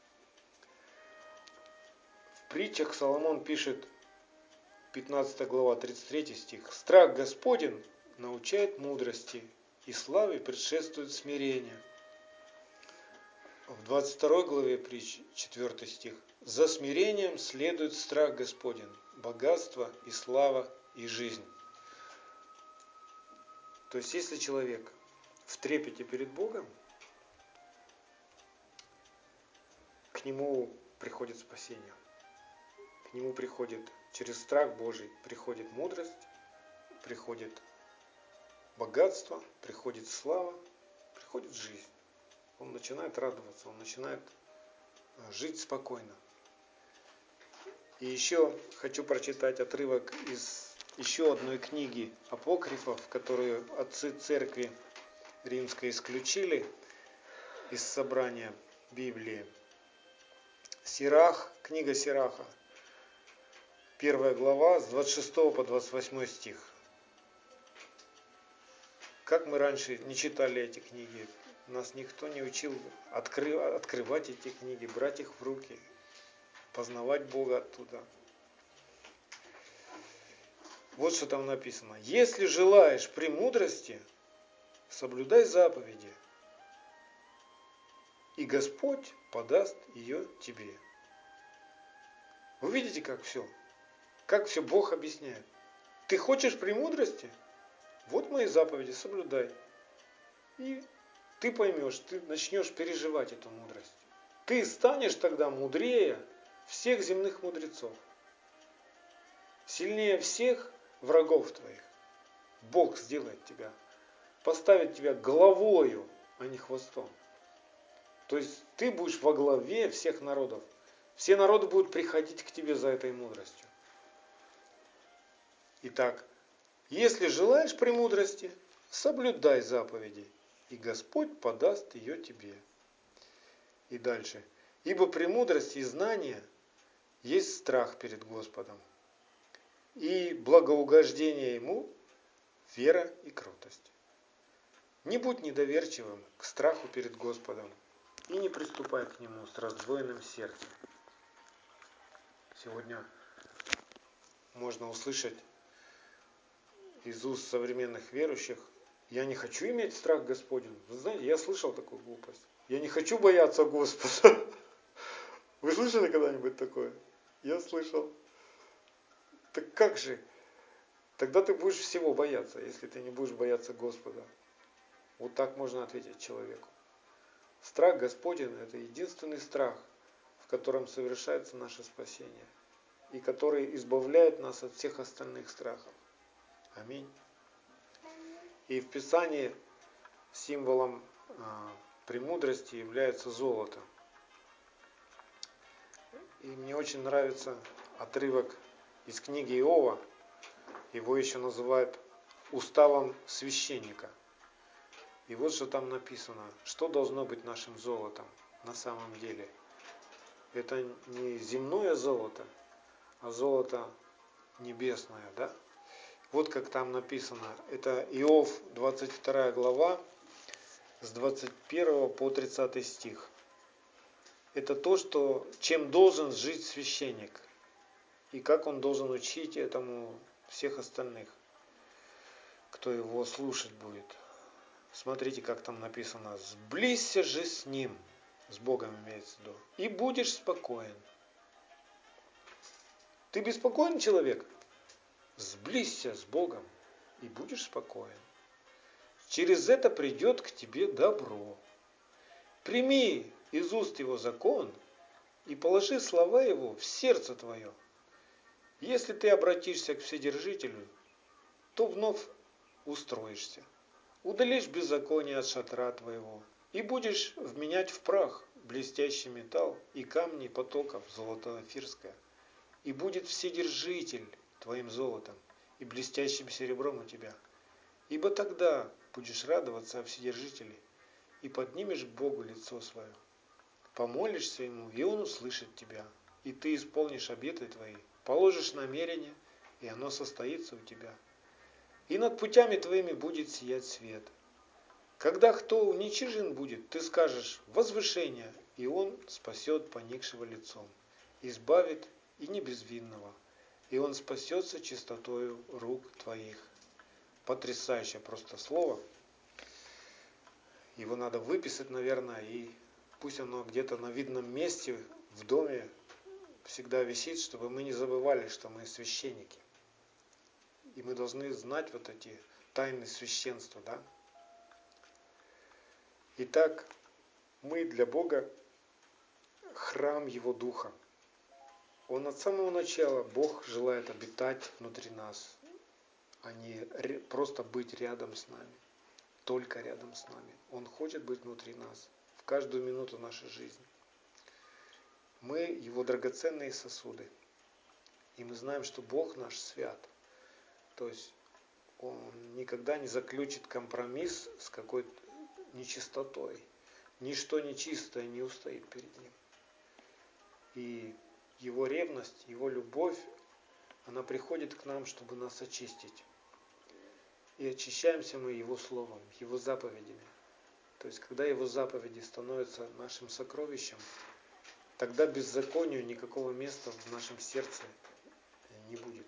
В притчах Соломон пишет, 15 глава, 33 стих. «Страх Господень научает мудрости, и славе предшествует смирение». В 22 главе притч, 4 стих. «За смирением следует страх Господень, богатство и слава и жизнь». То есть, если человек в трепете перед Богом, к нему приходит спасение. К нему приходит, через страх Божий, приходит мудрость, приходит богатство, приходит слава, приходит жизнь. Он начинает радоваться, он начинает жить спокойно. И еще хочу прочитать отрывок из еще одной книги апокрифов, которую отцы церкви римской исключили из собрания Библии. Сирах, книга Сираха, 1 глава, с 26 по 28 стих. Как мы раньше не читали эти книги, нас никто не учил открывать эти книги, брать их в руки, познавать Бога оттуда. Вот что там написано. «Если желаешь премудрости, соблюдай заповеди, и Господь подаст ее тебе». Вы видите, как все Бог объясняет. Ты хочешь премудрости? Вот мои заповеди, соблюдай. И ты поймешь, ты начнешь переживать эту мудрость. Ты станешь тогда мудрее всех земных мудрецов. Сильнее всех врагов твоих. Бог сделает тебя. Поставит тебя главою, а не хвостом. То есть ты будешь во главе всех народов. Все народы будут приходить к тебе за этой мудростью. Итак, если желаешь премудрости, соблюдай заповеди, и Господь подаст ее тебе. И дальше. Ибо премудрость и знание есть страх перед Господом, и благоугождение Ему – вера и кротость. Не будь недоверчивым к страху перед Господом, и не приступай к Нему с раздвоенным сердцем. Сегодня можно услышать из уст современных верующих: я не хочу иметь страх Господень. Вы знаете, я слышал такую глупость. Я не хочу бояться Господа. Вы слышали когда-нибудь такое? Я слышал. Так как же? Тогда ты будешь всего бояться, если ты не будешь бояться Господа. Вот так можно ответить человеку. Страх Господень – это единственный страх, котором совершается наше спасение и который избавляет нас от всех остальных страхов. Аминь. И в Писании символом премудрости является золото. И мне очень нравится отрывок из книги Иова. Его еще называют уставом священника. И вот что там написано, что должно быть нашим золотом на самом деле. Это не земное золото, а золото небесное, да? Вот как там написано, это Иов, 22 глава, с 21 по 30 стих. Это то, чем должен жить священник, и как он должен учить этому всех остальных, кто его слушать будет. Смотрите, как там написано, «Сблизься же с ним», с Богом имеется в виду, «и будешь спокоен». Ты беспокоен человек? Сблизься с Богом, и будешь спокоен. Через это придет к тебе добро. Прими из уст его закон и положи слова его в сердце твое. Если ты обратишься к Вседержителю, то вновь устроишься. Удалишь беззаконие от шатра твоего и будешь вменять в прах блестящий металл и камни потоков золото-офирское. И будет Вседержитель твоим золотом и блестящим серебром у тебя. Ибо тогда будешь радоваться о Вседержителе и поднимешь к Богу лицо свое. Помолишься Ему, и Он услышит тебя, и ты исполнишь обеты твои, положишь намерение, и оно состоится у тебя. И над путями твоими будет сиять свет. Когда кто уничижен будет, ты скажешь «возвышение», и Он спасет поникшего лицом, избавит и не безвинного, и Он спасется чистотою рук твоих. Потрясающее просто слово. Его надо выписать, наверное, и пусть оно где-то на видном месте в доме всегда висит, чтобы мы не забывали, что мы священники. И мы должны знать вот эти тайны священства, да? Итак, мы для Бога храм Его Духа. Он от самого начала, Бог желает обитать внутри нас, а не просто быть рядом с нами, только рядом с нами. Он хочет быть внутри нас в каждую минуту нашей жизни. Мы Его драгоценные сосуды. И мы знаем, что Бог наш свят. То есть Он никогда не заключит компромисс с какой-то нечистотой. Ничто нечистое не устоит перед Ним. И Его ревность, Его любовь, она приходит к нам, чтобы нас очистить. И очищаемся мы Его Словом, Его заповедями. То есть, когда Его заповеди становятся нашим сокровищем, тогда беззаконию никакого места в нашем сердце не будет.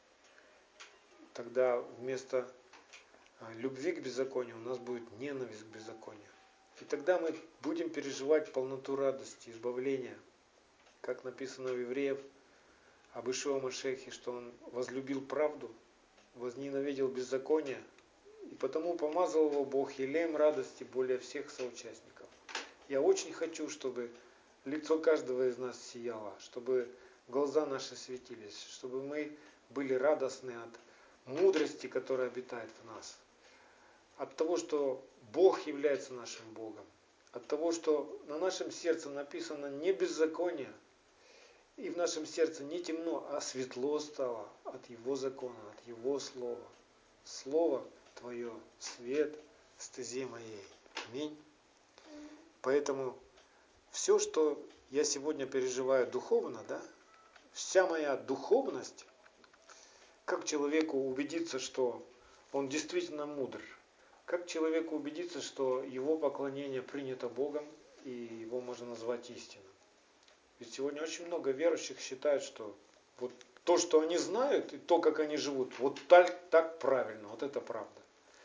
Тогда вместо любви к беззаконию у нас будет ненависть к беззаконию. И тогда мы будем переживать полноту радости, избавления. Как написано у евреев об Ишуа Машехе, что он возлюбил правду, возненавидел беззаконие, и потому помазал его Бог елеем радости более всех соучастников. Я очень хочу, чтобы лицо каждого из нас сияло, чтобы глаза наши светились, чтобы мы были радостны от мудрости, которая обитает в нас, от того, что Бог является нашим Богом, от того, что на нашем сердце написано не беззаконие, и в нашем сердце не темно, а светло стало от Его закона, от Его слова. Слово Твое, свет стезе моей. Аминь. Поэтому все, что я сегодня переживаю духовно, да, вся моя духовность, как человеку убедиться, что он действительно мудр, как человеку убедиться, что его поклонение принято Богом и его можно назвать истинным. Ведь сегодня очень много верующих считают, что вот то, что они знают, и то, как они живут, вот так правильно, вот это правда.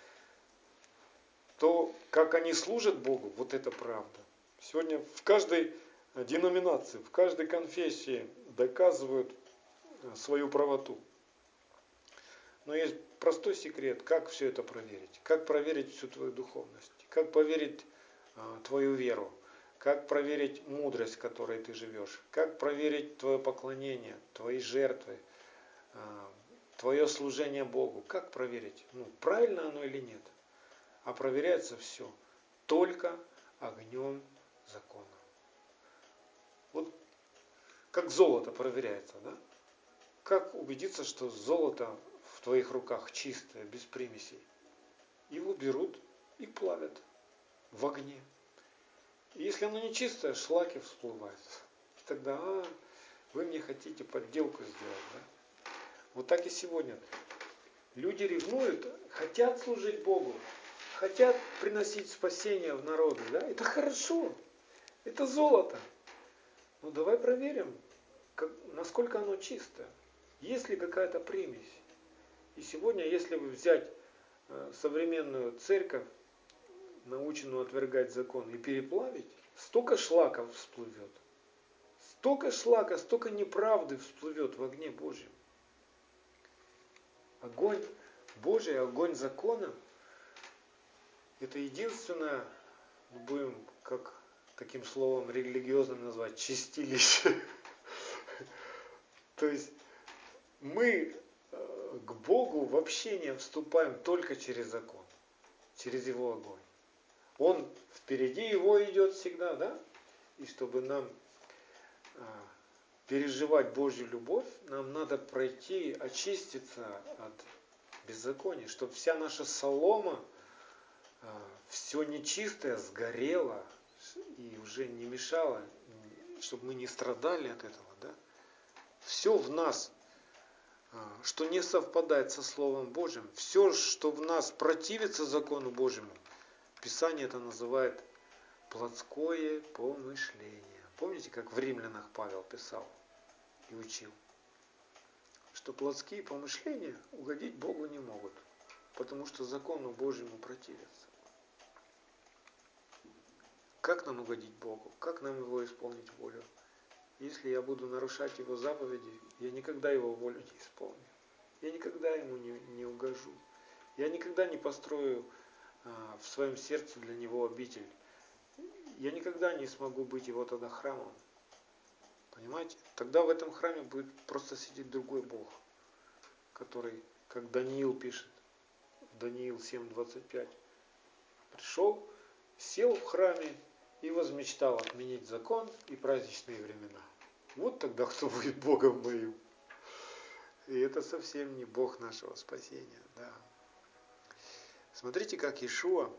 То, как они служат Богу, вот это правда. Сегодня в каждой деноминации, в каждой конфессии доказывают свою правоту. Но есть простой секрет, как все это проверить. Как проверить всю твою духовность. Как проверить твою веру. как проверить мудрость, в которой ты живешь, как проверить твое поклонение, твои жертвы, твое служение Богу. Как проверить, правильно оно или нет. А проверяется все только огнем закона. Вот как золото проверяется, да? Как убедиться, что золото в твоих руках чистое, без примесей? Его берут и плавят в огне. И если оно не чистое, шлаки всплывают. И тогда, вы мне хотите подделку сделать, да? Вот так и сегодня. Люди ревнуют, хотят служить Богу, хотят приносить спасение в народы, да? Это хорошо, это золото. Но давай проверим, насколько оно чистое. Есть ли какая-то примесь? И сегодня, если взять современную церковь, наученную отвергать закон, и переплавить, столько шлаков всплывет. Столько шлака, столько неправды всплывет в огне Божьем. Огонь Божий, огонь закона, это единственное, будем таким словом религиозным назвать, чистилище. То есть мы к Богу в общение вступаем только через закон, через Его огонь. Он впереди Его идет всегда, да? И чтобы нам переживать Божью любовь, нам надо пройти, очиститься от беззакония, чтобы вся наша солома, все нечистое сгорело и уже не мешало, чтобы мы не страдали от этого, да? Все в нас, что не совпадает со Словом Божьим, все, что в нас противится закону Божьему, Писание это называет плотское помышление. Помните, как в Римлянах Павел писал и учил, что плотские помышления угодить Богу не могут, потому что закону Божьему противятся. Как нам угодить Богу? Как нам Его исполнить волю? Если я буду нарушать Его заповеди, я никогда Его волю не исполню. Я никогда Ему не угожу. Я никогда не построю в своем сердце для Него обитель. Я никогда не смогу быть Его тогда храмом. Понимаете? Тогда в этом храме будет просто сидеть другой Бог, который, как Даниил пишет, Даниил 7:25, пришел, сел в храме и возмечтал отменить закон и праздничные времена. Вот тогда кто будет Богом моим. И это совсем не Бог нашего спасения. Да. Смотрите, как Иешуа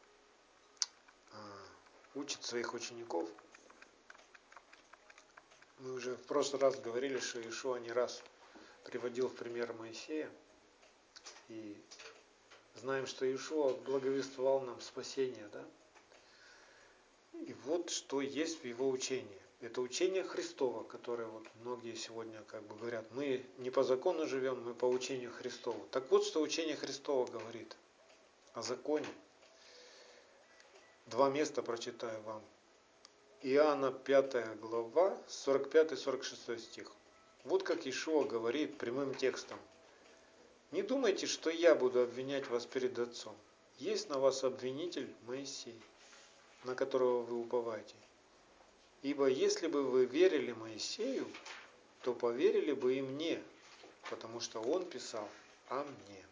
учит своих учеников. Мы уже в прошлый раз говорили, что Иешуа не раз приводил в пример Моисея. И знаем, что Иешуа благовествовал нам спасение. Да? И вот что есть в его учении. Это учение Христово, которое вот многие сегодня говорят, мы не по закону живем, мы по учению Христову. Так вот, что учение Христово говорит о законе. Два места прочитаю вам. Иоанна 5 глава, 45-46 стих. Вот как Иешуа говорит прямым текстом. «Не думайте, что я буду обвинять вас перед Отцом. Есть на вас обвинитель Моисей, на которого вы уповаете. Ибо если бы вы верили Моисею, то поверили бы и мне, потому что он писал о мне».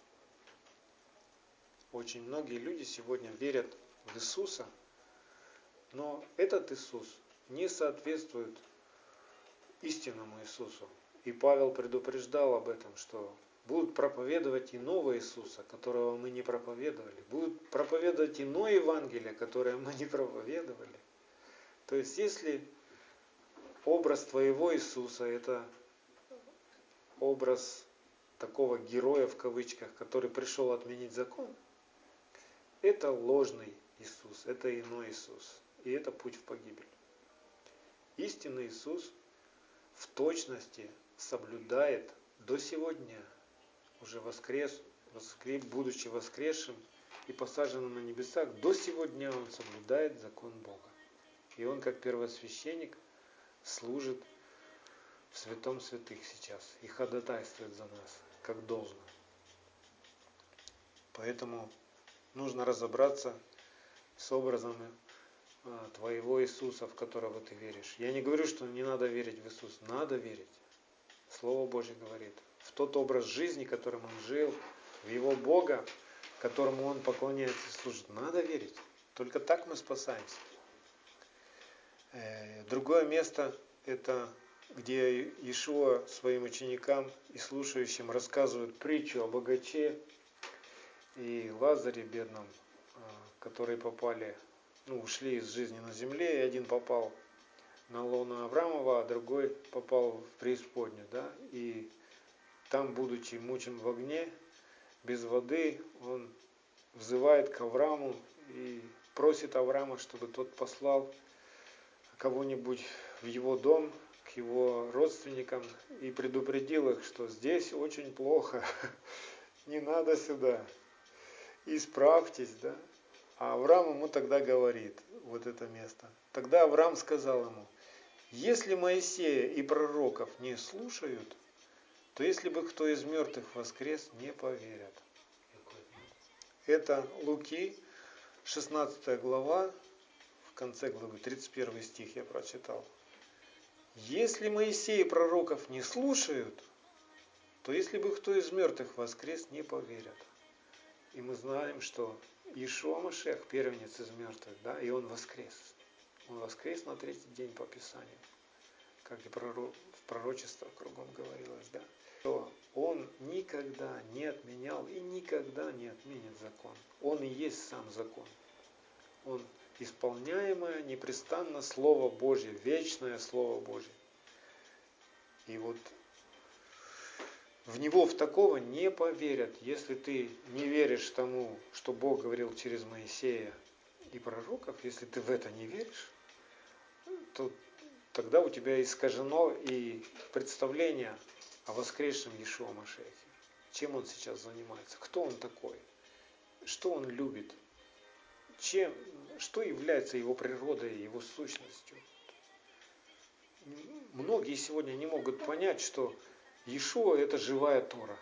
Очень многие люди сегодня верят в Иисуса, но этот Иисус не соответствует истинному Иисусу. И Павел предупреждал об этом, что будут проповедовать иного Иисуса, которого мы не проповедовали. Будут проповедовать иное Евангелие, которое мы не проповедовали. То есть, если образ твоего Иисуса – это образ такого героя, в кавычках, который пришел отменить закон, это ложный Иисус, это иной Иисус. И это путь в погибель. Истинный Иисус в точности соблюдает до сегодня, уже будучи воскресшим и посаженным на небесах, до сегодня он соблюдает закон Бога. И он, как первосвященник, служит в святом святых сейчас и ходатайствует за нас, как должно. Поэтому нужно разобраться с образом твоего Иисуса, в которого ты веришь. Я не говорю, что не надо верить в Иисуса. Надо верить. Слово Божье говорит. В тот образ жизни, которым он жил, в его Бога, которому он поклоняется и служит. Надо верить. Только так мы спасаемся. Другое место, это где Иешуа своим ученикам и слушающим рассказывает притчу о богаче и Лазаре бедном, которые ушли из жизни на земле, и один попал на лоно Авраамова, а другой попал в преисподнюю. Да? И там, будучи мучим в огне, без воды, он взывает к Аврааму и просит Авраама, чтобы тот послал кого-нибудь в его дом, к его родственникам, и предупредил их, что здесь очень плохо, не надо сюда, исправьтесь, да. А Авраам ему тогда говорит, вот это место. Тогда Авраам сказал ему: если Моисея и пророков не слушают, то если бы кто из мертвых воскрес, не поверят. Это Луки, 16 глава, в конце главы, 31 стих я прочитал. Если Моисея и пророков не слушают, то если бы кто из мертвых воскрес, не поверят. И мы знаем, что Иешуа Машиах, первенец из мертвых, да, и он воскрес. Он воскрес на третий день по Писанию, как и в пророчествах кругом говорилось, да, что он никогда не отменял и никогда не отменит закон. Он и есть сам закон. Он исполняемое непрестанно Слово Божье, вечное Слово Божье. И вот в него, в такого не поверят. Если ты не веришь тому, что Бог говорил через Моисея и пророков, если ты в это не веришь, то тогда у тебя искажено и представление о воскресшем Иешуа Машиахе. Чем он сейчас занимается? Кто он такой? Что он любит? Что является его природой, его сущностью? Многие сегодня не могут понять, что Иешуа – это живая Тора.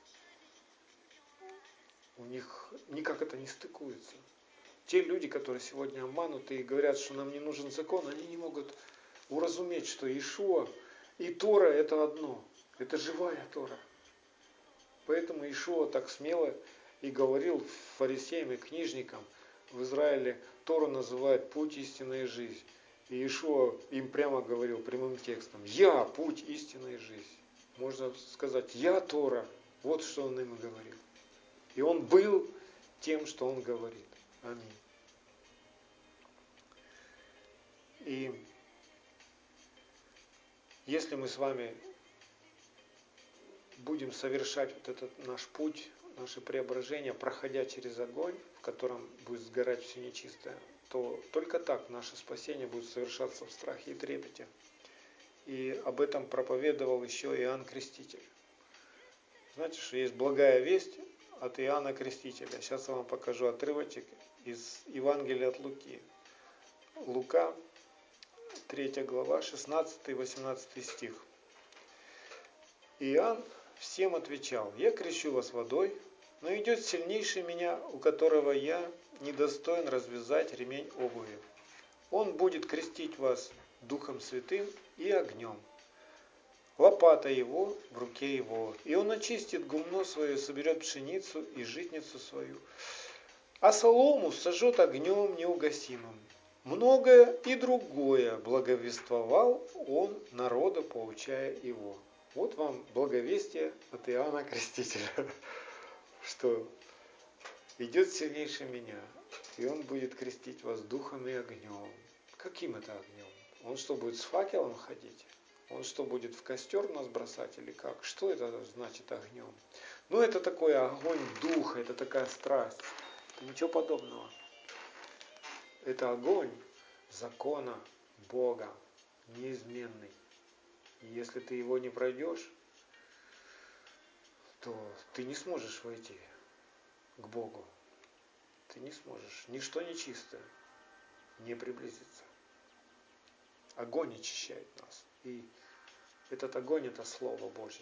У них никак это не стыкуется. Те люди, которые сегодня обмануты и говорят, что нам не нужен закон, они не могут уразуметь, что Иешуа и Тора – это одно. Это живая Тора. Поэтому Иешуа так смело и говорил фарисеям и книжникам в Израиле: Тору называют путь, истина и жизнь. И Иешуа им прямо говорил прямым текстом: я путь, истина и жизнь. Можно сказать, я Тора. Вот что он им и говорил. И он был тем, что он говорит. Аминь. И если мы с вами будем совершать вот этот наш путь, наше преображение, проходя через огонь, в котором будет сгорать все нечистое, то только так наше спасение будет совершаться в страхе и трепете. И об этом проповедовал еще Иоанн Креститель. Знаете, что есть благая весть от Иоанна Крестителя. Сейчас я вам покажу отрывочек из Евангелия от Луки. Лука, 3 глава, 16-18 стих. Иоанн всем отвечал: я крещу вас водой, но идет сильнейший меня, у которого я недостоин развязать ремень обуви. Он будет крестить вас Духом Святым и огнем. Лопата его в руке его, и он очистит гумно свое, соберет пшеницу и житницу свою, а солому сожжет огнем неугасимым. Многое и другое благовествовал он народу, поучая его. Вот вам благовестие от Иоанна Крестителя, что идет сильнейший меня, и он будет крестить вас духом и огнем. Каким это огнем? Он что, будет с факелом ходить? Он что, будет в костер нас бросать или как? Что это значит огнем? Ну, это такой огонь духа, это такая страсть. Ничего подобного. Это огонь закона Бога, неизменный. И если ты его не пройдешь, то ты не сможешь войти к Богу. Ты не сможешь. Ничто нечистое не приблизится. Огонь очищает нас. И этот огонь – это Слово Божье.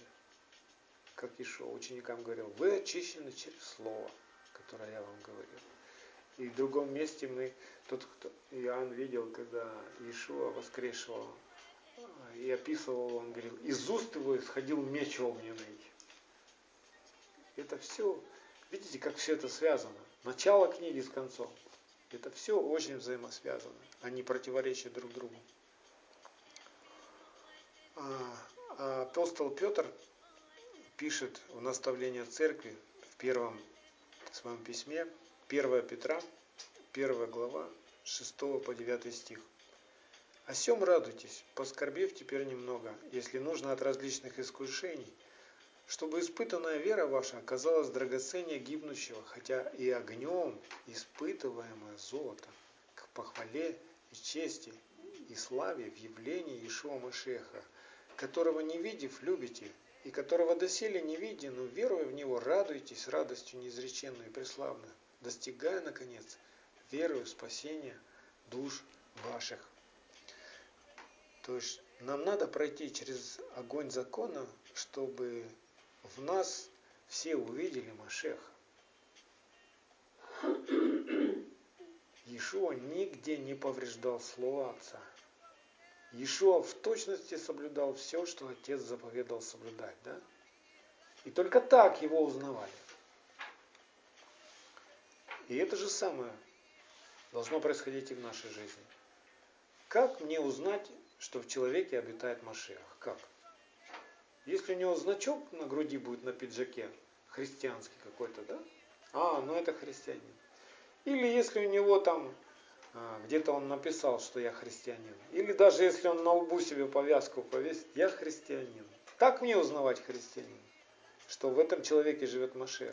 Как Иешуа ученикам говорил: вы очищены через Слово, которое я вам говорил. И в другом месте Иоанн видел, когда Иешуа воскресшего, и описывал, он говорил, из уст его исходил меч огненный. Это все, видите, как все это связано. Начало книги с концом. Это все очень взаимосвязано. Они противоречат друг другу. Апостол Петр пишет в наставлении церкви в первом своем письме, 1 Петра, 1 глава, 6 по 9 стих. «О сем радуйтесь, поскорбев теперь немного, если нужно от различных искушений, чтобы испытанная вера ваша оказалась драгоценнее гибнущего, хотя и огнем испытываемое золото, к похвале и чести и славе в явлении Иешуа Машеха, которого не видев, любите, и которого доселе не видя, но веруя в Него, радуетесь радостью неизреченную и преславную, достигая, наконец, верою спасения душ ваших». То есть нам надо пройти через огонь закона, чтобы в нас все увидели Машеха. Иешуа нигде не повреждал слово Отца. Иешуа в точности соблюдал все, что Отец заповедал соблюдать. Да? И только так его узнавали. И это же самое должно происходить и в нашей жизни. Как мне узнать, что в человеке обитает Машех? Как? Если у него значок на груди будет на пиджаке, христианский какой-то, да? Ну это христианин. Или если у него там где-то он написал, что я христианин. Или даже если он на лбу себе повязку повесит, я христианин. Так мне узнавать христианин, что в этом человеке живет Машех.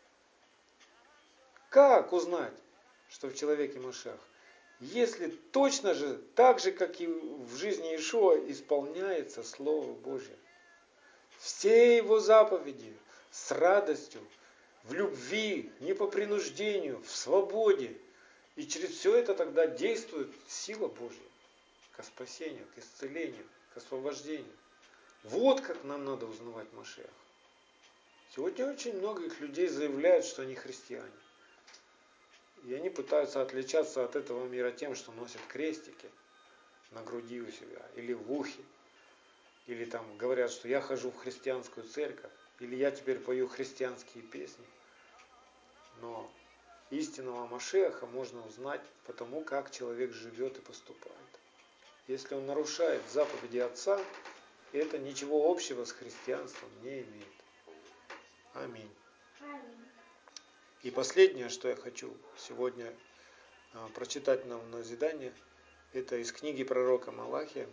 Как узнать, что в человеке Машех? Если точно же, так же, как и в жизни Иешуа, исполняется Слово Божье. Все его заповеди с радостью, в любви, не по принуждению, в свободе. И через все это тогда действует сила Божья к спасению, к исцелению, к освобождению. Вот как нам надо узнавать Машеха. Сегодня очень многих людей заявляют, что они христиане. И они пытаются отличаться от этого мира тем, что носят крестики на груди у себя или в ухе. Или там говорят, что я хожу в христианскую церковь, или я теперь пою христианские песни. Но истинного Машеха можно узнать по тому, как человек живет и поступает. Если он нарушает заповеди Отца, это ничего общего с христианством не имеет. Аминь. И последнее, что я хочу сегодня прочитать нам в назидание, это из книги пророка Малахия,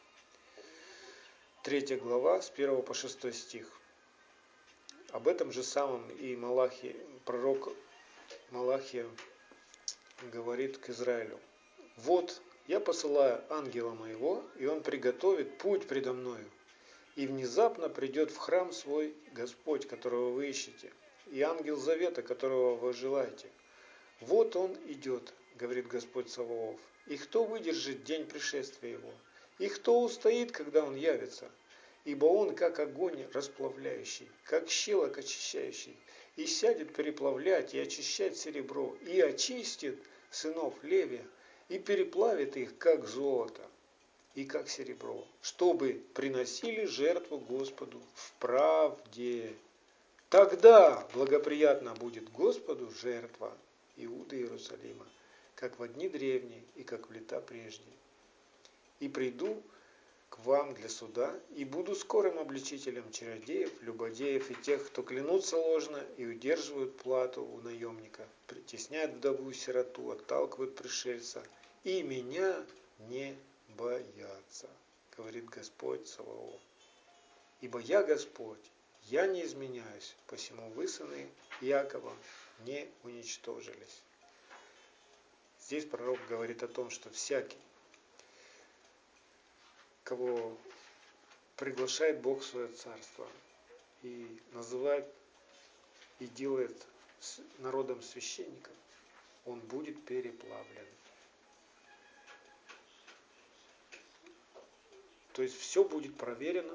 3 глава, с 1 по 6 стих. Об этом же самом и пророк Малахия говорит к Израилю. «Вот я посылаю ангела моего, и он приготовит путь предо мною. И внезапно придет в храм свой Господь, которого вы ищете, и ангел завета, которого вы желаете. Вот он идет, говорит Господь Саваоф, и кто выдержит день пришествия его? И кто устоит, когда он явится? Ибо он, как огонь расплавляющий, как щелок очищающий, и сядет переплавлять и очищать серебро, и очистит сынов Левия, и переплавит их, как золото, и как серебро, чтобы приносили жертву Господу в правде. Тогда благоприятна будет Господу жертва Иуды и Иерусалима, как во дни древние и как в лета прежние. И приду к вам для суда, и буду скорым обличителем чародеев, любодеев и тех, кто клянутся ложно и удерживают плату у наемника, притесняют вдову и сироту, отталкивают пришельца, и меня не боятся, говорит Господь Саваоф. Ибо я Господь, я не изменяюсь, посему вы, сыны Иакова, не уничтожились. Здесь пророк говорит о том, что всякий, кого приглашает Бог в свое царство и называет и делает народом священников, он будет переплавлен. То есть все будет проверено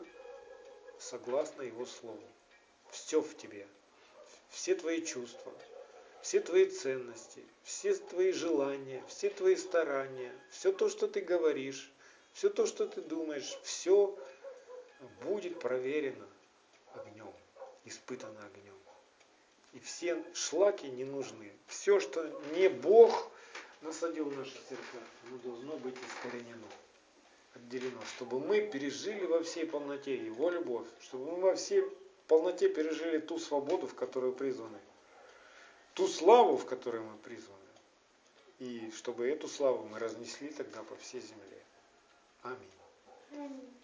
согласно Его Слову. Все в тебе. Все твои чувства, все твои ценности, все твои желания, все твои старания, все то, что ты говоришь, все то, что ты думаешь, все будет проверено огнем, испытано огнем. И все шлаки не нужны. Все, что не Бог насадил в наши сердца, оно должно быть искоренено, отделено, чтобы мы пережили во всей полноте Его любовь, чтобы мы во всей полноте пережили ту свободу, в которую призваны, ту славу, в которой мы призваны, и чтобы эту славу мы разнесли тогда по всей земле. Аминь.